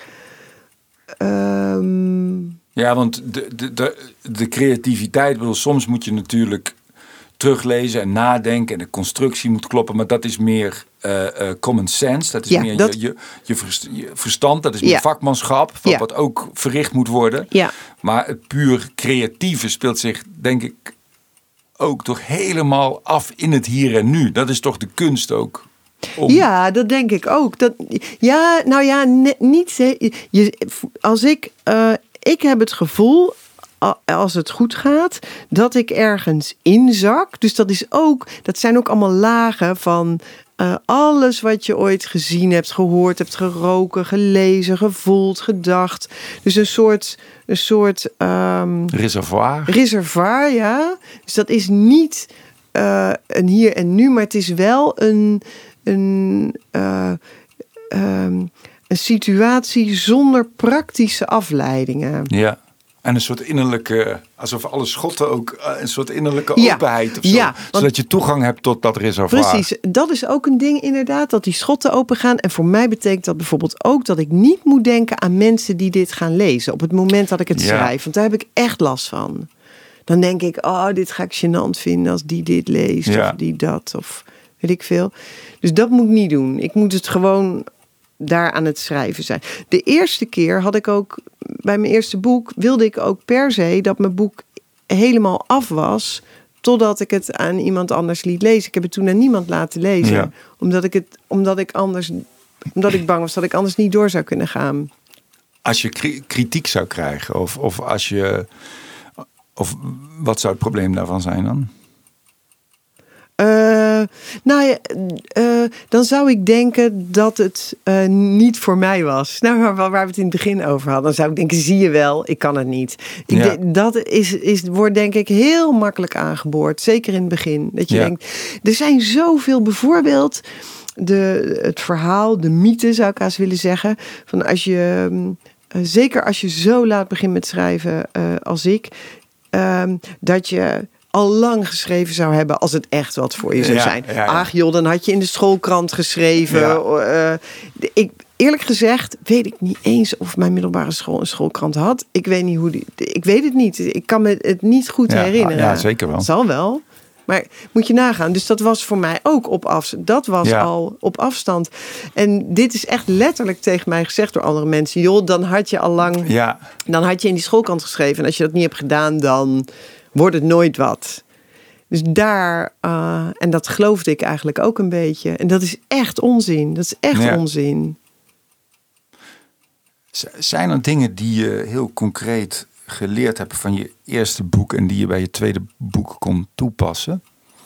Ja, want de creativiteit, soms moet je natuurlijk teruglezen en nadenken en de constructie moet kloppen, maar dat is meer common sense. Dat is meer je verstand, dat is meer vakmanschap, wat ook verricht moet worden. Ja. Maar het puur creatieve speelt zich, denk ik, ook toch helemaal af in het hier en nu. Dat is toch de kunst ook. Ja, dat denk ik ook. Ik heb het gevoel, als het goed gaat, dat ik ergens inzak. Dus dat zijn ook allemaal lagen van alles wat je ooit gezien hebt, gehoord hebt, geroken, gelezen, gevoeld, gedacht. Dus een soort reservoir, ja. Dus dat is niet een hier en nu, maar het is wel een situatie zonder praktische afleidingen. Ja. En een soort innerlijke, alsof alle schotten ook een soort innerlijke openheid of zo. Ja, zodat je toegang hebt tot dat reservoir. Precies, dat is ook een ding inderdaad, dat die schotten open gaan. En voor mij betekent dat bijvoorbeeld ook dat ik niet moet denken aan mensen die dit gaan lezen. Op het moment dat ik het schrijf, want daar heb ik echt last van. Dan denk ik, dit ga ik gênant vinden als die dit leest of die dat of weet ik veel. Dus dat moet ik niet doen. Ik moet het gewoon daar aan het schrijven zijn. De eerste keer had ik ook, bij mijn eerste boek, wilde ik ook per se dat mijn boek helemaal af was, totdat ik het aan iemand anders liet lezen. Ik heb het toen aan niemand laten lezen. Ja. Omdat ik bang was dat ik anders niet door zou kunnen gaan. Als je kritiek zou krijgen, of als je, of wat zou het probleem daarvan zijn dan? Dan zou ik denken dat het niet voor mij was. Nou, waar we het in het begin over hadden. Dan zou ik denken, zie je wel, ik kan het niet. Dat wordt denk ik heel makkelijk aangeboord. Zeker in het begin. Dat je denkt, er zijn zoveel bijvoorbeeld het verhaal, de mythe zou ik haast willen zeggen. Van als je, zeker als je zo laat begint met schrijven als ik, dat je al lang geschreven zou hebben als het echt wat voor je zou zijn. Ach joh, dan had je in de schoolkrant geschreven. Eerlijk gezegd weet ik niet eens of mijn middelbare school een schoolkrant had. Ik weet niet ik weet het niet. Ik kan me het niet goed herinneren. Ja, zeker wel. Zal wel. Maar moet je nagaan. Dus dat was voor mij ook op afstand. Dat was al op afstand. En dit is echt letterlijk tegen mij gezegd door andere mensen. Joh, dan had je al lang. Ja. Dan had je in die schoolkrant geschreven. En als je dat niet hebt gedaan, dan wordt het nooit wat. Dus daar, en dat geloofde ik eigenlijk ook een beetje. En dat is echt onzin. Dat is echt onzin. Zijn er dingen die je heel concreet geleerd hebt van je eerste boek en die je bij je tweede boek kon toepassen?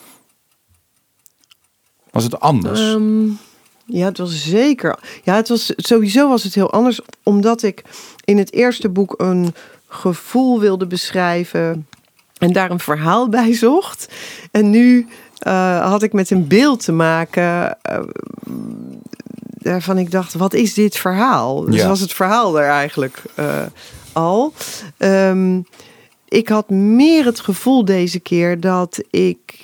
Was het anders? Ja, het was zeker. Ja, sowieso was het heel anders. Omdat ik in het eerste boek een gevoel wilde beschrijven en daar een verhaal bij zocht. En nu had ik met een beeld te maken waarvan ik dacht, wat is dit verhaal? Dus was het verhaal er eigenlijk al. Ik had meer het gevoel deze keer dat ik,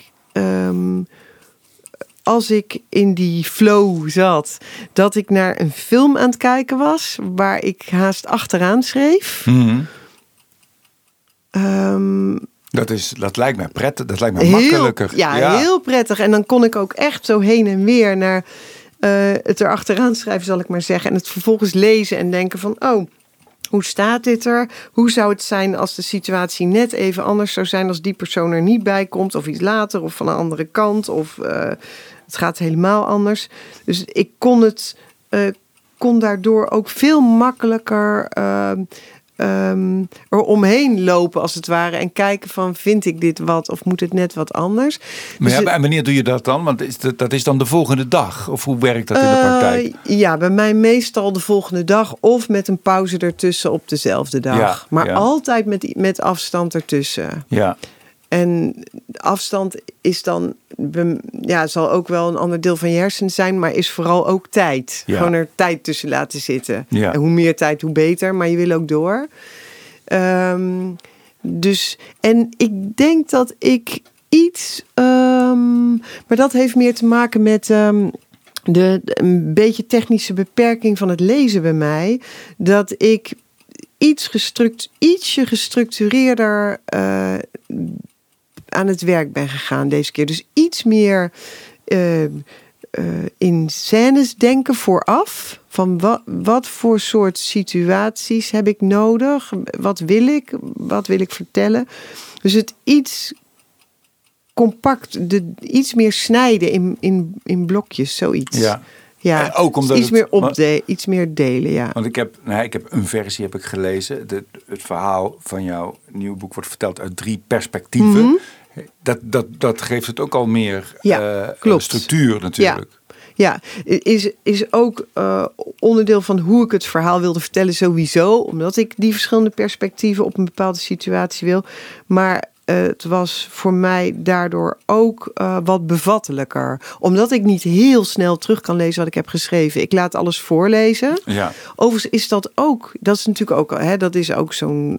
als ik in die flow zat, dat ik naar een film aan het kijken was, waar ik haast achteraan schreef. Mm-hmm. Dat lijkt me prettig, dat lijkt me makkelijker. Ja, heel prettig. En dan kon ik ook echt zo heen en weer naar het erachteraan schrijven, zal ik maar zeggen. En het vervolgens lezen en denken van, hoe staat dit er? Hoe zou het zijn als de situatie net even anders zou zijn als die persoon er niet bij komt, of iets later, of van een andere kant, of het gaat helemaal anders. Dus ik kon daardoor ook veel makkelijker er omheen lopen als het ware en kijken van, vind ik dit wat of moet het net wat anders? Maar dus en wanneer doe je dat dan? Want dat is dan de volgende dag? Of hoe werkt dat in de praktijk? Ja, bij mij meestal de volgende dag of met een pauze ertussen op dezelfde dag. Maar altijd met afstand ertussen. Ja. En afstand is dan, zal ook wel een ander deel van je hersenen zijn, maar is vooral ook tijd. Ja. Gewoon er tijd tussen laten zitten. Ja. En hoe meer tijd, hoe beter, maar je wil ook door. En ik denk dat ik iets, maar dat heeft meer te maken met een beetje technische beperking van het lezen bij mij, dat ik ietsje gestructureerder aan het werk ben gegaan deze keer. Dus iets meer in scènes denken vooraf. Van wat voor soort situaties heb ik nodig? Wat wil ik vertellen? Dus het iets compact, iets meer snijden in blokjes, zoiets. Ja. Ja, ook omdat iets meer delen, ja. Want ik heb een versie gelezen. Het verhaal van jouw nieuw boek wordt verteld uit 3 perspectieven. Mm-hmm. Dat geeft het ook al meer structuur natuurlijk. Ja, is ook onderdeel van hoe ik het verhaal wilde vertellen sowieso. Omdat ik die verschillende perspectieven op een bepaalde situatie wil. Maar het was voor mij daardoor ook wat bevattelijker. Omdat ik niet heel snel terug kan lezen wat ik heb geschreven. Ik laat alles voorlezen. Ja. Overigens is dat ook, dat is natuurlijk ook, dat is ook zo'n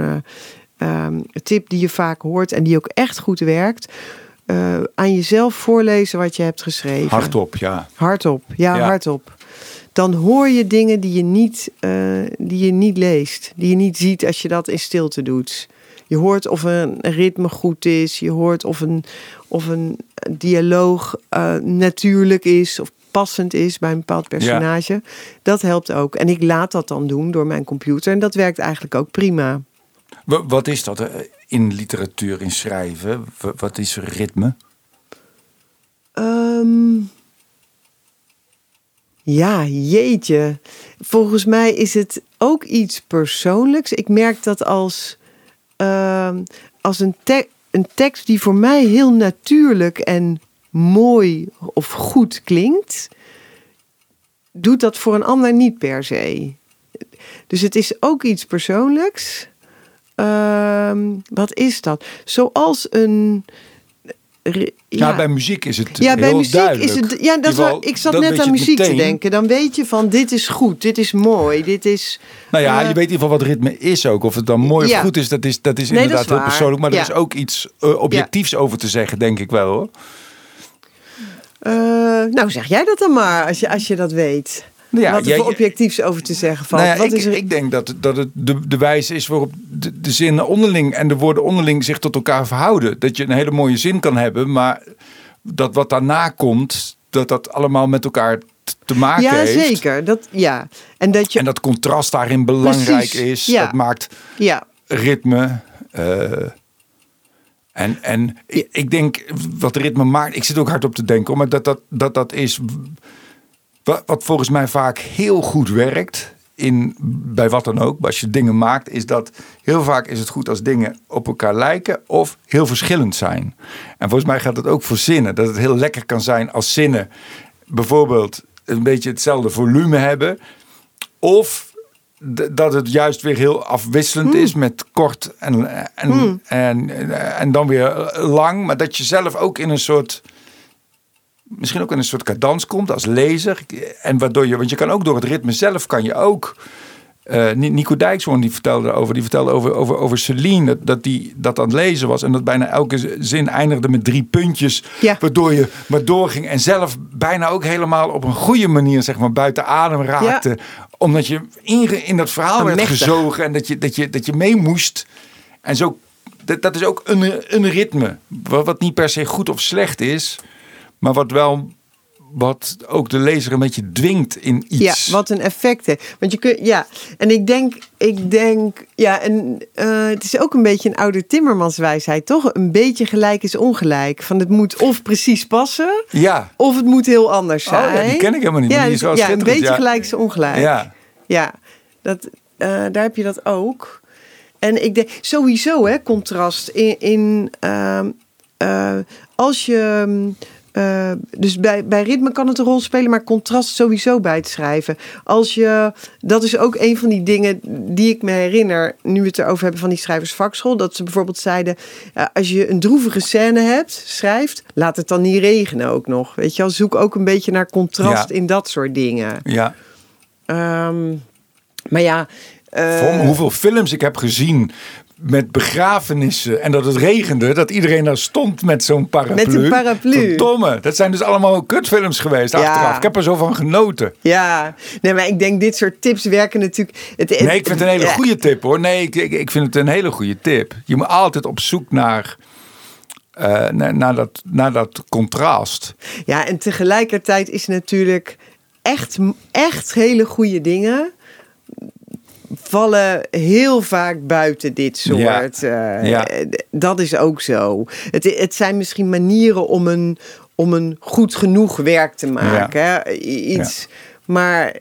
tip die je vaak hoort en die ook echt goed werkt. Aan jezelf voorlezen wat je hebt geschreven. Hardop, ja. Hardop, hardop. Dan hoor je dingen die je niet leest. Die je niet ziet als je dat in stilte doet. Je hoort of een ritme goed is. Je hoort of een dialoog natuurlijk is of passend is bij een bepaald personage. Ja. Dat helpt ook. En ik laat dat dan doen door mijn computer. En dat werkt eigenlijk ook prima. Wat is dat in literatuur, in schrijven? Wat is ritme? Ja, jeetje. Volgens mij is het ook iets persoonlijks. Ik merk dat als een tekst die voor mij heel natuurlijk en mooi of goed klinkt, doet dat voor een ander niet per se. Dus het is ook iets persoonlijks. Wat is dat? Zoals een... Ja, bij muziek is het heel bij muziek duidelijk. Is het, ik zat net aan muziek te denken. Dan weet je van dit is goed, dit is mooi, dit is... Nou ja, je weet in ieder geval wat ritme is ook. Of het dan mooi of goed is, dat is inderdaad heel persoonlijk. Maar er is ook iets objectiefs over te zeggen, denk ik wel, hoor. Nou, zeg jij dat dan maar, als je dat weet. Ja, wat er voor objectiefs over te zeggen valt. Nou ja, ik denk dat het de wijze is waarop de zinnen onderling en de woorden onderling zich tot elkaar verhouden. Dat je een hele mooie zin kan hebben, maar dat wat daarna komt, dat allemaal met elkaar te maken heeft. Ja, zeker. En dat contrast daarin belangrijk is. Ja. Dat maakt ritme. En ik denk, wat ritme maakt, ik zit ook hard op te denken, maar dat is... Wat volgens mij vaak heel goed werkt, bij wat dan ook, als je dingen maakt, is dat heel vaak is het goed als dingen op elkaar lijken of heel verschillend zijn. En volgens mij gaat het ook voor zinnen. Dat het heel lekker kan zijn als zinnen bijvoorbeeld een beetje hetzelfde volume hebben. Of dat het juist weer heel afwisselend is met kort en dan weer lang. Maar dat je zelf ook in een soort... Misschien ook in een soort cadans komt als lezer. En waardoor want je kan ook door het ritme zelf kan je ook. Nico Dijkshoorn die vertelde over Celine. Dat aan het lezen was. En dat bijna elke zin eindigde met 3 puntjes. Ja. Waardoor je maar doorging. En zelf bijna ook helemaal op een goede manier zeg maar buiten adem raakte. Ja. Omdat je in dat verhaal werd gezogen. En dat je mee moest. En zo, dat is ook een ritme. Wat niet per se goed of slecht is. Maar wat ook de lezer een beetje dwingt in iets. Ja, wat een effect heeft. Want je kunt, en ik denk, het is ook een beetje een oude Timmermanswijsheid, toch? Een beetje gelijk is ongelijk. Van het moet of precies passen, of het moet heel anders zijn. Oh, ja, die ken ik helemaal niet. Ja, die is een beetje gelijk is ongelijk. Ja, daar heb je dat ook. En ik denk, sowieso, contrast in als je... dus bij ritme kan het een rol spelen, maar contrast sowieso bij het schrijven. Dat is ook een van die dingen die ik me herinner, nu we het erover hebben van die schrijversvakschool, dat ze bijvoorbeeld zeiden, als je een droevige scène schrijft, laat het dan niet regenen ook nog. Weet je wel, zoek ook een beetje naar contrast in dat soort dingen. Ja. Maar ja... hoeveel films ik heb gezien met begrafenissen en dat het regende, dat iedereen daar stond met zo'n paraplu. Met een paraplu. Verdomme, dat zijn dus allemaal kutfilms geweest achteraf. Ik heb er zo van genoten. Ja, nee, maar ik denk dit soort tips werken natuurlijk... Nee, ik vind het een hele goede tip hoor. Nee, ik vind het een hele goede tip. Je moet altijd op zoek naar dat contrast. Ja, en tegelijkertijd is natuurlijk echt hele goede dingen vallen heel vaak buiten dit soort. Dat is ook zo. Het zijn misschien manieren om een goed genoeg werk te maken. Ja. Hè? Iets, maar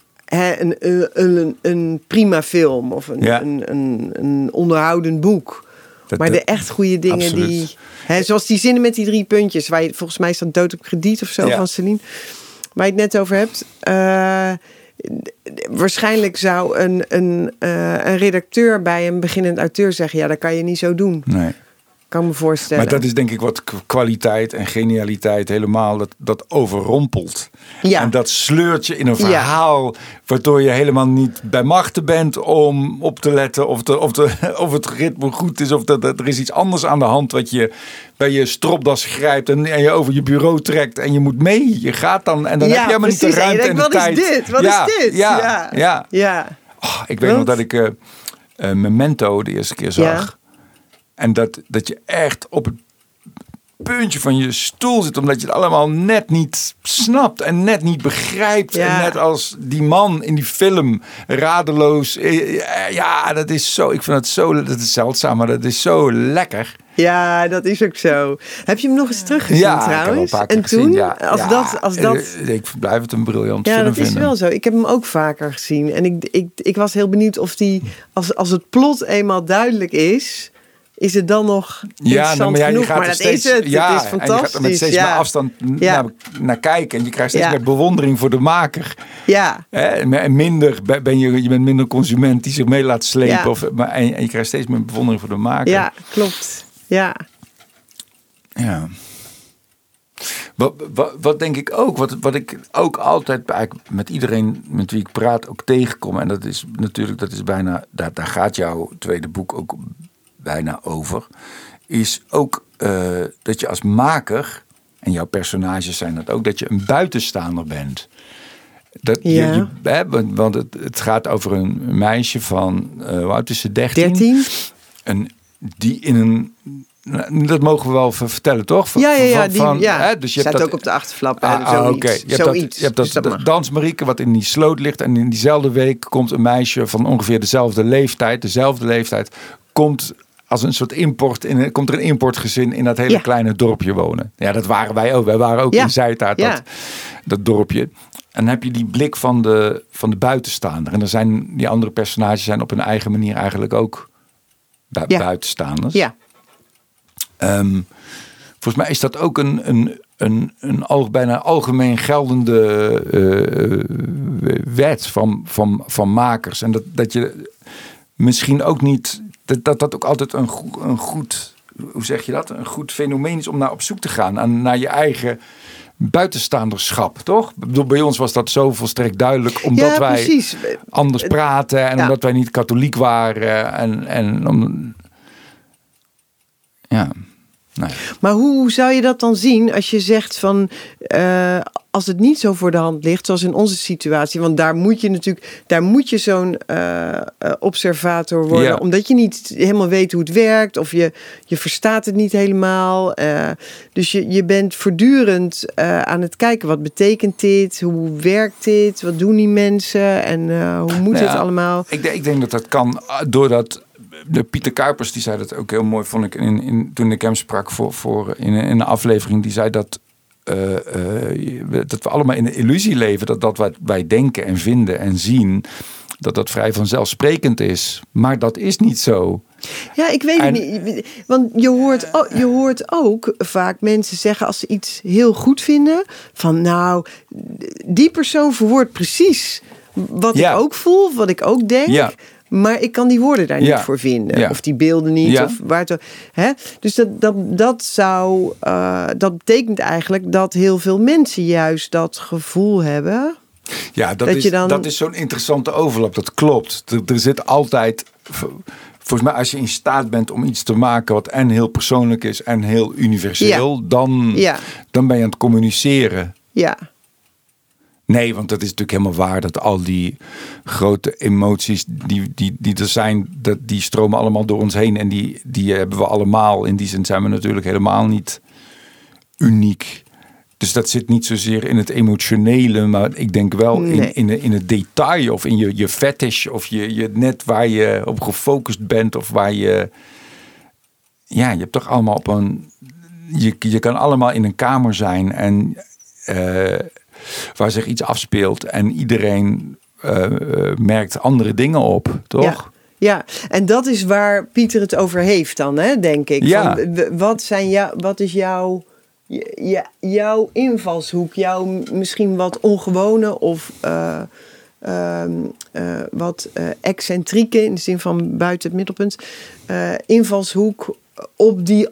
een prima film of een onderhoudend boek. Maar de echt goede dingen absoluut. Zoals die zinnen met die 3 puntjes, waar je volgens mij is dat Dood op krediet of zo van Celine. waar je het net over hebt. Waarschijnlijk zou een redacteur bij een beginnend auteur zeggen... ja, dat kan je niet zo doen. Nee. Kan me voorstellen. Maar dat is denk ik wat kwaliteit en genialiteit helemaal... dat overrompelt. Ja. En dat sleurt je in een verhaal... waardoor je helemaal niet bij machten bent om op te letten... of het ritme goed is... of er is iets anders aan de hand... wat je bij je stropdas grijpt... en je over je bureau trekt... en je moet mee. Je gaat dan... en dan heb je helemaal niet de ruimte en de tijd. Wat is dit? Wat is dit? Ja. Oh, ik weet nog dat ik Memento de eerste keer zag... Ja. En dat je echt op het puntje van je stoel zit. Omdat je het allemaal net niet snapt. En net niet begrijpt. Ja. En net als die man in die film. Radeloos. Ja, dat is zo. Ik vind het zo. Dat is zeldzaam. Maar dat is zo lekker. Ja, dat is ook zo. Heb je hem nog eens teruggezien trouwens? Ik heb hem een paar keer en toen? Gezien, Als dat... Ik blijf het een briljant film vinden. Ja, dat is wel zo. Ik heb hem ook vaker gezien. En ik was heel benieuwd of die... Als het plot eenmaal duidelijk is het dan nog interessant genoeg? Maar dat is het. Ja, het is fantastisch. En je gaat er met steeds meer afstand naar kijken. En je krijgt steeds meer bewondering voor de maker. Ja. En minder je bent minder consument die zich mee laat slepen. Ja. En je krijgt steeds meer bewondering voor de maker. Ja, klopt. Ja. Ja. Wat denk ik ook, wat ik ook altijd met iedereen met wie ik praat ook tegenkom. En dat is natuurlijk, dat is bijna, daar gaat jouw tweede boek ook bijna over. Is ook dat je als maker, en jouw personages zijn dat ook, dat je een buitenstaander bent. Dat want het gaat over een meisje van, hoe oud is ze, 13? Die in een... Dat mogen we wel vertellen, toch? Dus je staat hebt ook op de achterflap. Je hebt dat dansmarieke wat in die sloot ligt. En in diezelfde week komt een meisje van ongeveer dezelfde leeftijd... komt als een soort import... komt er een importgezin in dat hele kleine dorpje wonen. Ja, dat waren wij ook. Wij waren ook in Zuidaard, dat dorpje. En dan heb je die blik van de buitenstaander. En dan zijn die andere personages zijn op hun eigen manier eigenlijk ook buitenstaanders. Ja. Volgens mij is dat ook een bijna algemeen geldende wet van makers. En dat je misschien ook niet... Dat ook altijd een goed... Hoe zeg je dat? Een goed fenomeen is om naar op zoek te gaan. Naar je eigen buitenstaanderschap, toch? Ik bedoel, bij ons was dat zo volstrekt duidelijk. Omdat wij anders praten. En omdat wij niet katholiek waren. Nee. Maar hoe zou je dat dan zien als je zegt van... als het niet zo voor de hand ligt, zoals in onze situatie... want daar moet je zo'n observator worden... omdat je niet helemaal weet hoe het werkt... of je verstaat het niet helemaal. Dus je bent voortdurend aan het kijken... wat betekent dit? Hoe werkt dit? Wat doen die mensen? En hoe moet het allemaal? Ik denk dat kan doordat... De Pieter Kuipers, die zei dat ook heel mooi, vond ik, toen ik hem sprak in een aflevering. Die zei dat we allemaal in een illusie leven. Dat wat wij denken en vinden en zien, dat vrij vanzelfsprekend is. Maar dat is niet zo. Ja, ik weet het niet. Want je hoort ook vaak mensen zeggen als ze iets heel goed vinden. Van nou, die persoon verwoordt precies wat ik ook voel, wat ik ook denk. Ja. Maar ik kan die woorden daar niet voor vinden. Ja. Of die beelden niet. Ja. Of waar het, dus dat betekent eigenlijk dat heel veel mensen juist dat gevoel hebben. Ja, dat is zo'n interessante overlap. Dat klopt. Er zit altijd... Volgens mij, als je in staat bent om iets te maken wat en heel persoonlijk is en heel universeel, dan ben je aan het communiceren. Ja. Nee, want dat is natuurlijk helemaal waar dat al die grote emoties die er zijn, die stromen allemaal door ons heen. En die hebben we allemaal. In die zin zijn we natuurlijk helemaal niet uniek. Dus dat zit niet zozeer in het emotionele, maar ik denk wel in het detail of in je fetish of je net waar je op gefocust bent of waar je... Ja, je hebt toch allemaal op een... Je kan allemaal in een kamer zijn en... waar zich iets afspeelt en iedereen merkt andere dingen op, toch? Ja, en dat is waar Pieter het over heeft dan, denk ik. Ja. Wat is jouw jouw invalshoek, jouw misschien wat ongewone of wat excentrieke, in de zin van buiten het middelpunt, invalshoek op die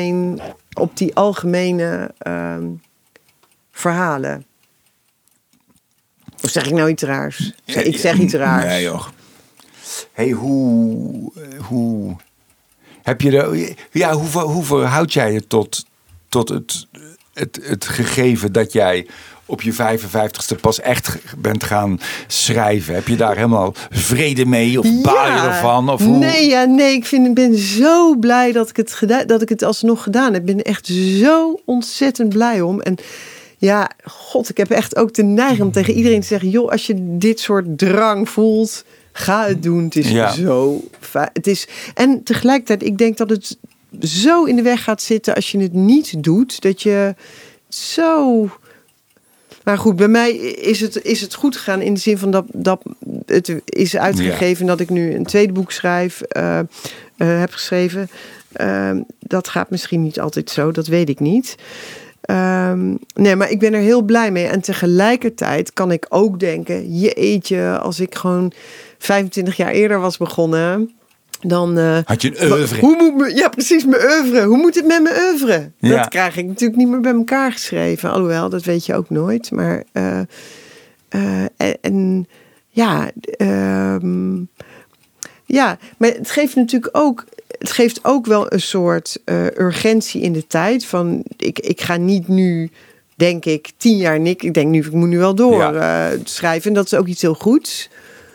algemene verhalen. Of zeg ik nou iets raars? Ik zeg iets raars. Nee joh. Hey, hoe heb je hoe verhoud jij je tot het gegeven dat jij op je 55ste pas echt bent gaan schrijven? Heb je daar helemaal vrede mee? Of baal je ervan? Of hoe? Nee, ik ben zo blij dat ik het alsnog gedaan heb. Ik ben er echt zo ontzettend blij om. En ja, god, ik heb echt ook de neiging om tegen iedereen te zeggen, joh, als je dit soort drang voelt, ga het doen. Het is zo fijn. En tegelijkertijd, ik denk dat het zo in de weg gaat zitten als je het niet doet, dat je zo... Maar goed, bij mij is het goed gegaan in de zin van dat het is uitgegeven dat ik nu een tweede boek heb geschreven. Dat gaat misschien niet altijd zo, dat weet ik niet. Nee, maar ik ben er heel blij mee. En tegelijkertijd kan ik ook denken, jeetje, als ik gewoon 25 jaar eerder was begonnen, dan had je een oeuvre. Ja, precies, mijn oeuvre. Hoe moet het met mijn oeuvre? Ja. Dat krijg ik natuurlijk niet meer bij elkaar geschreven. Alhoewel, dat weet je ook nooit. Maar maar het geeft natuurlijk ook. Het geeft ook wel een soort urgentie in de tijd. Van ik ga niet nu, denk ik, 10 jaar niks. Ik denk nu, ik moet nu wel door schrijven. En dat is ook iets heel goeds.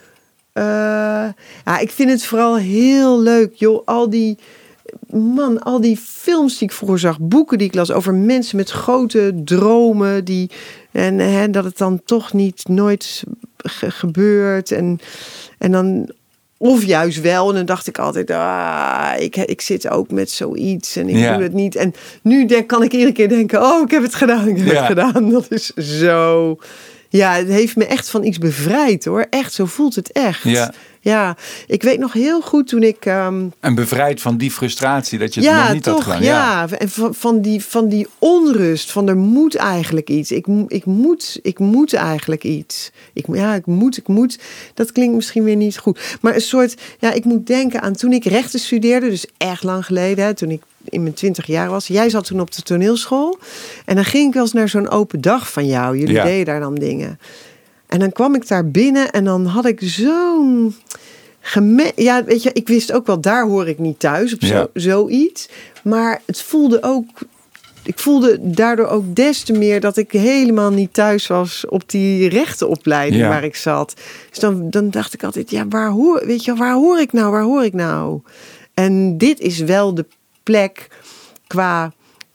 Ik vind het vooral heel leuk, joh. Al die films die ik vroeger zag, boeken die ik las over mensen met grote dromen, en dat het dan toch nooit gebeurt. En dan, of juist wel. En dan dacht ik altijd, ik zit ook met zoiets en ik doe het niet. En nu kan ik iedere keer denken, ik heb het gedaan, ik heb het gedaan. Dat is zo... Ja, het heeft me echt van iets bevrijd, hoor. Echt, zo voelt het echt. Ja, ik weet nog heel goed toen ik... En bevrijd van die frustratie dat je het nog niet had gedaan. Ja, en van die onrust. Van er moet eigenlijk iets. Ik moet eigenlijk iets. Ik moet. Dat klinkt misschien weer niet goed. Maar een soort... Ja, ik moet denken aan toen ik rechten studeerde. Dus echt lang geleden. Toen ik in mijn 20 jaar was. Jij zat toen op de toneelschool. En dan ging ik wel eens naar zo'n open dag van jou. Jullie deden daar dan dingen. En dan kwam ik daar binnen en dan had ik zo'n... Ja, weet je, ik wist ook wel, daar hoor ik niet thuis. Op zoiets. Maar het voelde ook... Ik voelde daardoor ook des te meer dat ik helemaal niet thuis was op die rechtenopleiding waar ik zat. Dus dan dacht ik altijd, waar hoor ik nou? En dit is wel de plek qua...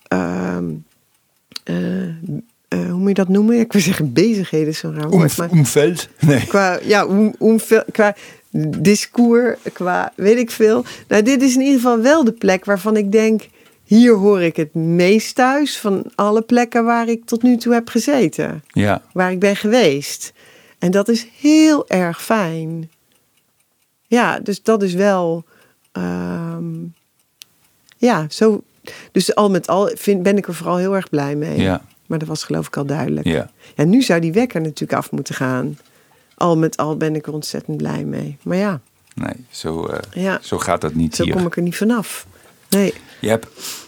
hoe moet je dat noemen? Ik wil zeggen bezigheden, is zo'n raar woord. Omveld? Nee. Qua discours, qua weet ik veel. Nou, dit is in ieder geval wel de plek waarvan ik denk... Hier hoor ik het meest thuis van alle plekken waar ik tot nu toe heb gezeten. Ja. Waar ik ben geweest. En dat is heel erg fijn. Ja, dus dat is wel... zo... Dus al met al ben ik er vooral heel erg blij mee. Ja. Maar dat was geloof ik al duidelijk. Ja. Ja, nu zou die wekker natuurlijk af moeten gaan. Al met al ben ik er ontzettend blij mee. Maar ja. Nee, zo gaat dat niet zo hier. Zo kom ik er niet vanaf. Nee. Je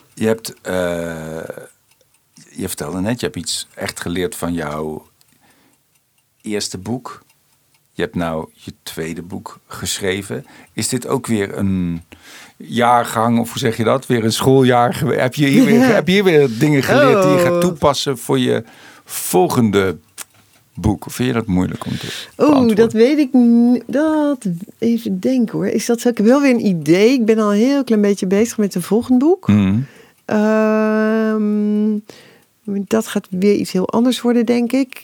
vertelde net, je hebt iets echt geleerd van jouw eerste boek. Je hebt nou je tweede boek geschreven. Is dit ook weer een jaargang, of hoe zeg je dat? Weer een schooljaar? Heb je hier weer dingen geleerd die je gaat toepassen voor je volgende boek? Of vind je dat moeilijk om te beantwoorden? Dat weet ik niet. Even denken hoor. Ik heb wel weer een idee. Ik ben al een heel klein beetje bezig met een volgend boek. Mm. Dat gaat weer iets heel anders worden, denk ik.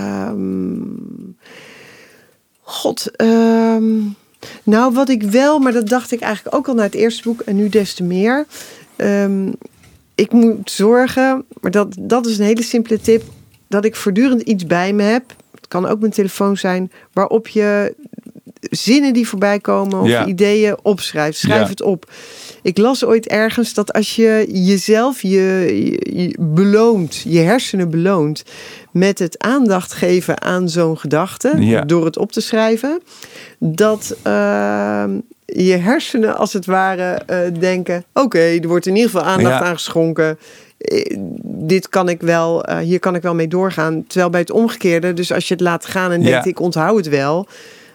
Nou, wat ik wel, maar dat dacht ik eigenlijk ook al naar het eerste boek en nu des te meer. Ik moet zorgen, maar dat is een hele simpele tip, dat ik voortdurend iets bij me heb. Het kan ook mijn telefoon zijn, waarop je zinnen die voorbij komen of ideeën opschrijft. Schrijf het op. Ik las ooit ergens dat als je jezelf je beloont, je hersenen beloont met het aandacht geven aan zo'n gedachte, door het op te schrijven, dat je hersenen als het ware denken, oké, er wordt in ieder geval aandacht aan geschonken. Dit kan ik wel, hier kan ik wel mee doorgaan. Terwijl bij het omgekeerde, dus als je het laat gaan en denkt, ik onthoud het wel,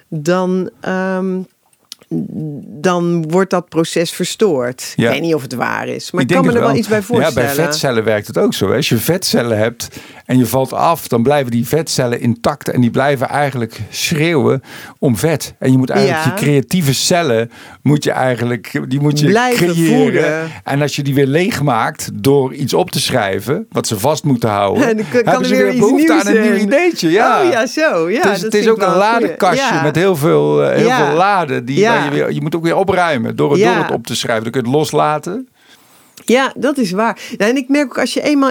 dan wordt dat proces verstoord. Ik weet niet of het waar is, maar ik kan me er wel iets bij voorstellen. Ja, bij vetcellen werkt het ook zo. Als je vetcellen hebt en je valt af, dan blijven die vetcellen intact en die blijven eigenlijk schreeuwen om vet. En je moet eigenlijk je creatieve cellen moet je blijven creëren. Voeden. En als je die weer leegmaakt door iets op te schrijven, wat ze vast moeten houden, en dan hebben ze weer behoefte aan een nieuw ideetje. Ja. Oh ja, zo. Ja, het is ook een ladenkastje met heel veel laden die je moet ook weer opruimen door het op te schrijven. Dan kun je het loslaten. Ja, dat is waar. Nou, en ik merk ook als je eenmaal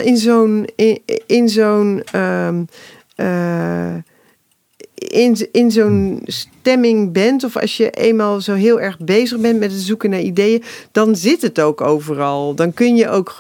in zo'n stemming bent, of als je eenmaal zo heel erg bezig bent met het zoeken naar ideeën, dan zit het ook overal. Dan kun je ook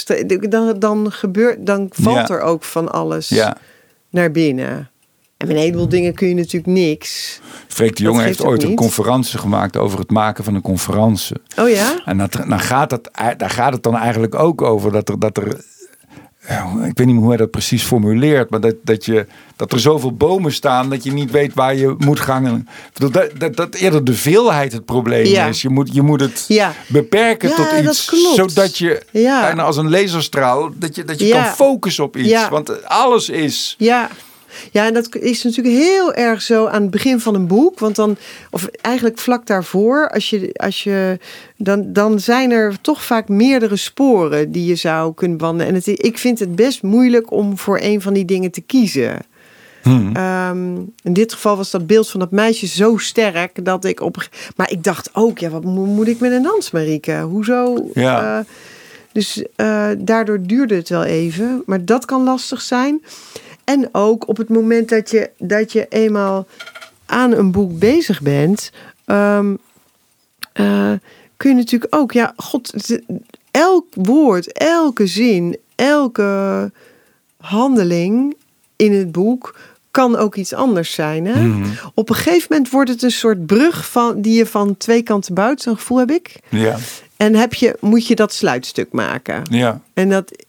dan valt er ook van alles naar binnen. En met een heleboel dingen kun je natuurlijk niks. Freek de Jonge heeft ooit een conferentie gemaakt over het maken van een conferentie. Oh ja? En daar gaat het dan eigenlijk ook over dat er ik weet niet hoe hij dat precies formuleert, maar dat er zoveel bomen staan dat je niet weet waar je moet gaan. Dat eerder de veelheid het probleem is. Je moet het beperken tot iets, zodat je bijna als een laserstraal dat je kan focussen op iets. Ja. Want alles is. Ja, en dat is natuurlijk heel erg zo aan het begin van een boek. Want dan, of eigenlijk vlak daarvoor, dan zijn er toch vaak meerdere sporen die je zou kunnen wandelen. En ik vind het best moeilijk om voor een van die dingen te kiezen. In dit geval was dat beeld van dat meisje zo sterk dat ik maar ik dacht ook, wat moet ik met een dans, Marieke? Hoezo? Ja. Dus daardoor duurde het wel even. Maar dat kan lastig zijn. En ook op het moment dat je eenmaal aan een boek bezig bent, kun je natuurlijk ook, elk woord, elke zin, elke handeling in het boek kan ook iets anders zijn. Hè? Mm-hmm. Op een gegeven moment wordt het een soort brug die je van twee kanten bouwt, zo'n gevoel heb ik. Ja. En moet je dat sluitstuk maken. Ja. En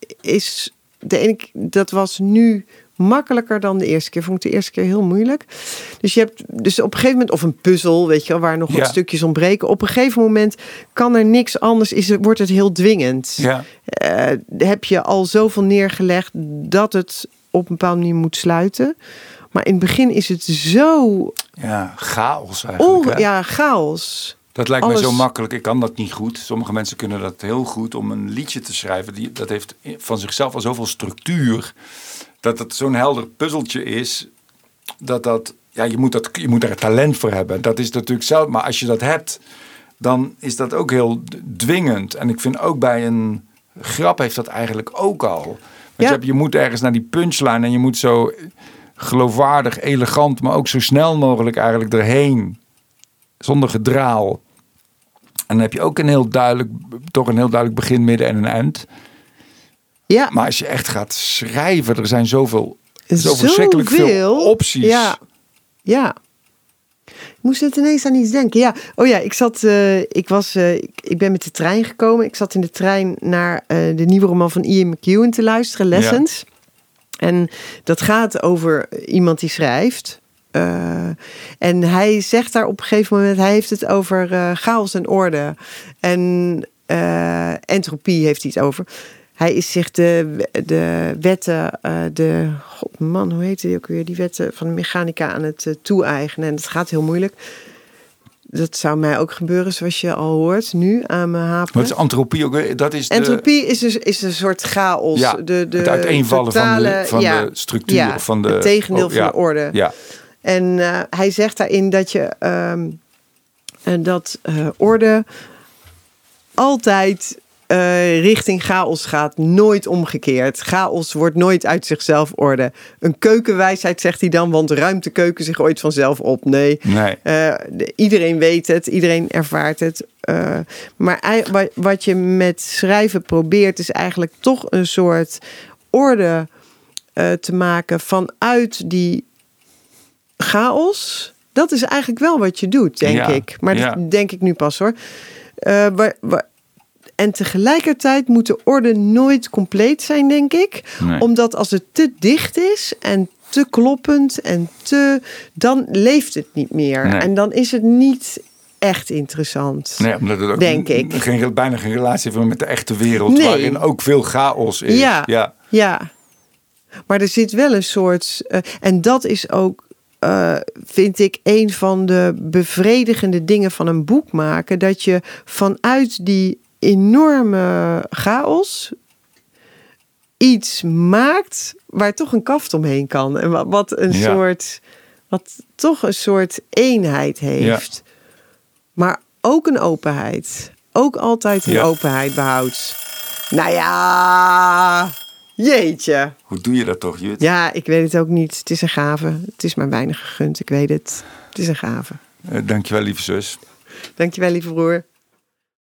dat was nu makkelijker dan de eerste keer. Vond ik de eerste keer heel moeilijk. Dus je hebt op een gegeven moment, of een puzzel, weet je wel, waar nog wat stukjes ontbreken. Op een gegeven moment kan er niks anders, wordt het heel dwingend. Ja. Heb je al zoveel neergelegd dat het op een bepaalde manier moet sluiten. Maar in het begin is het zo... Ja, chaos eigenlijk. Chaos. Dat lijkt mij zo makkelijk. Ik kan dat niet goed. Sommige mensen kunnen dat heel goed om een liedje te schrijven. Dat heeft van zichzelf al zoveel structuur. Dat het zo'n helder puzzeltje is. Je moet daar talent voor hebben. Dat is natuurlijk zelf. Maar als je dat hebt, dan is dat ook heel dwingend. En ik vind ook bij een grap heeft dat eigenlijk ook al. Want je moet ergens naar die punchline en je moet zo geloofwaardig, elegant, maar ook zo snel mogelijk eigenlijk erheen. Zonder gedraal. En dan heb je ook een heel duidelijk begin, midden en een eind. Ja. Maar als je echt gaat schrijven, er zijn zo verschrikkelijk veel opties. Ja. Ik moest het ineens aan iets denken. Ja. Oh ja, ik ben met de trein gekomen. Ik zat in de trein naar de nieuwe roman van Ian McEwan te luisteren, Lessons. Ja. En dat gaat over iemand die schrijft. En hij zegt daar op een gegeven moment, hij heeft het over chaos en orde. En entropie heeft hij het over. Hij is zich de wetten, hoe heet die ook weer? Die wetten van de mechanica aan het toe-eigenen. En dat gaat heel moeilijk. Dat zou mij ook gebeuren, zoals je al hoort, nu aan mijn hapen. Wat is entropie ook? Entropie is een soort chaos. Ja, het uiteenvallen van de structuur. Ja, van het tegendeel van de orde. Ja. En hij zegt daarin dat orde altijd richting chaos gaat, nooit omgekeerd. Chaos wordt nooit uit zichzelf orde. Een keukenwijsheid, zegt hij dan, want ruimt de keuken zich ooit vanzelf op? Nee. Iedereen weet het, iedereen ervaart het. Maar wat je met schrijven probeert, is eigenlijk toch een soort orde te maken vanuit die chaos. Dat is eigenlijk wel wat je doet, denk ik. Maar dat denk ik nu pas, hoor. En tegelijkertijd moet de orde nooit compleet zijn, denk ik. Nee. Omdat als het te dicht is en te kloppend en dan leeft het niet meer. Nee. En dan is het niet echt interessant. Nee, omdat het ook denk ik. Bijna geen relatie heeft met de echte wereld, waarin ook veel chaos is. Ja. Maar er zit wel een soort... en dat is ook, vind ik, een van de bevredigende dingen van een boek maken. Dat je vanuit die enorme chaos iets maakt waar toch een kaft omheen kan. En wat toch een soort eenheid heeft. Ja. Maar ook een openheid. Ook altijd een openheid behoudt. Nou ja, jeetje. Hoe doe je dat toch, Jut? Ja, ik weet het ook niet. Het is een gave. Het is maar weinig gegund, ik weet het. Het is een gave. Dankjewel, lieve zus. Dankjewel, lieve broer.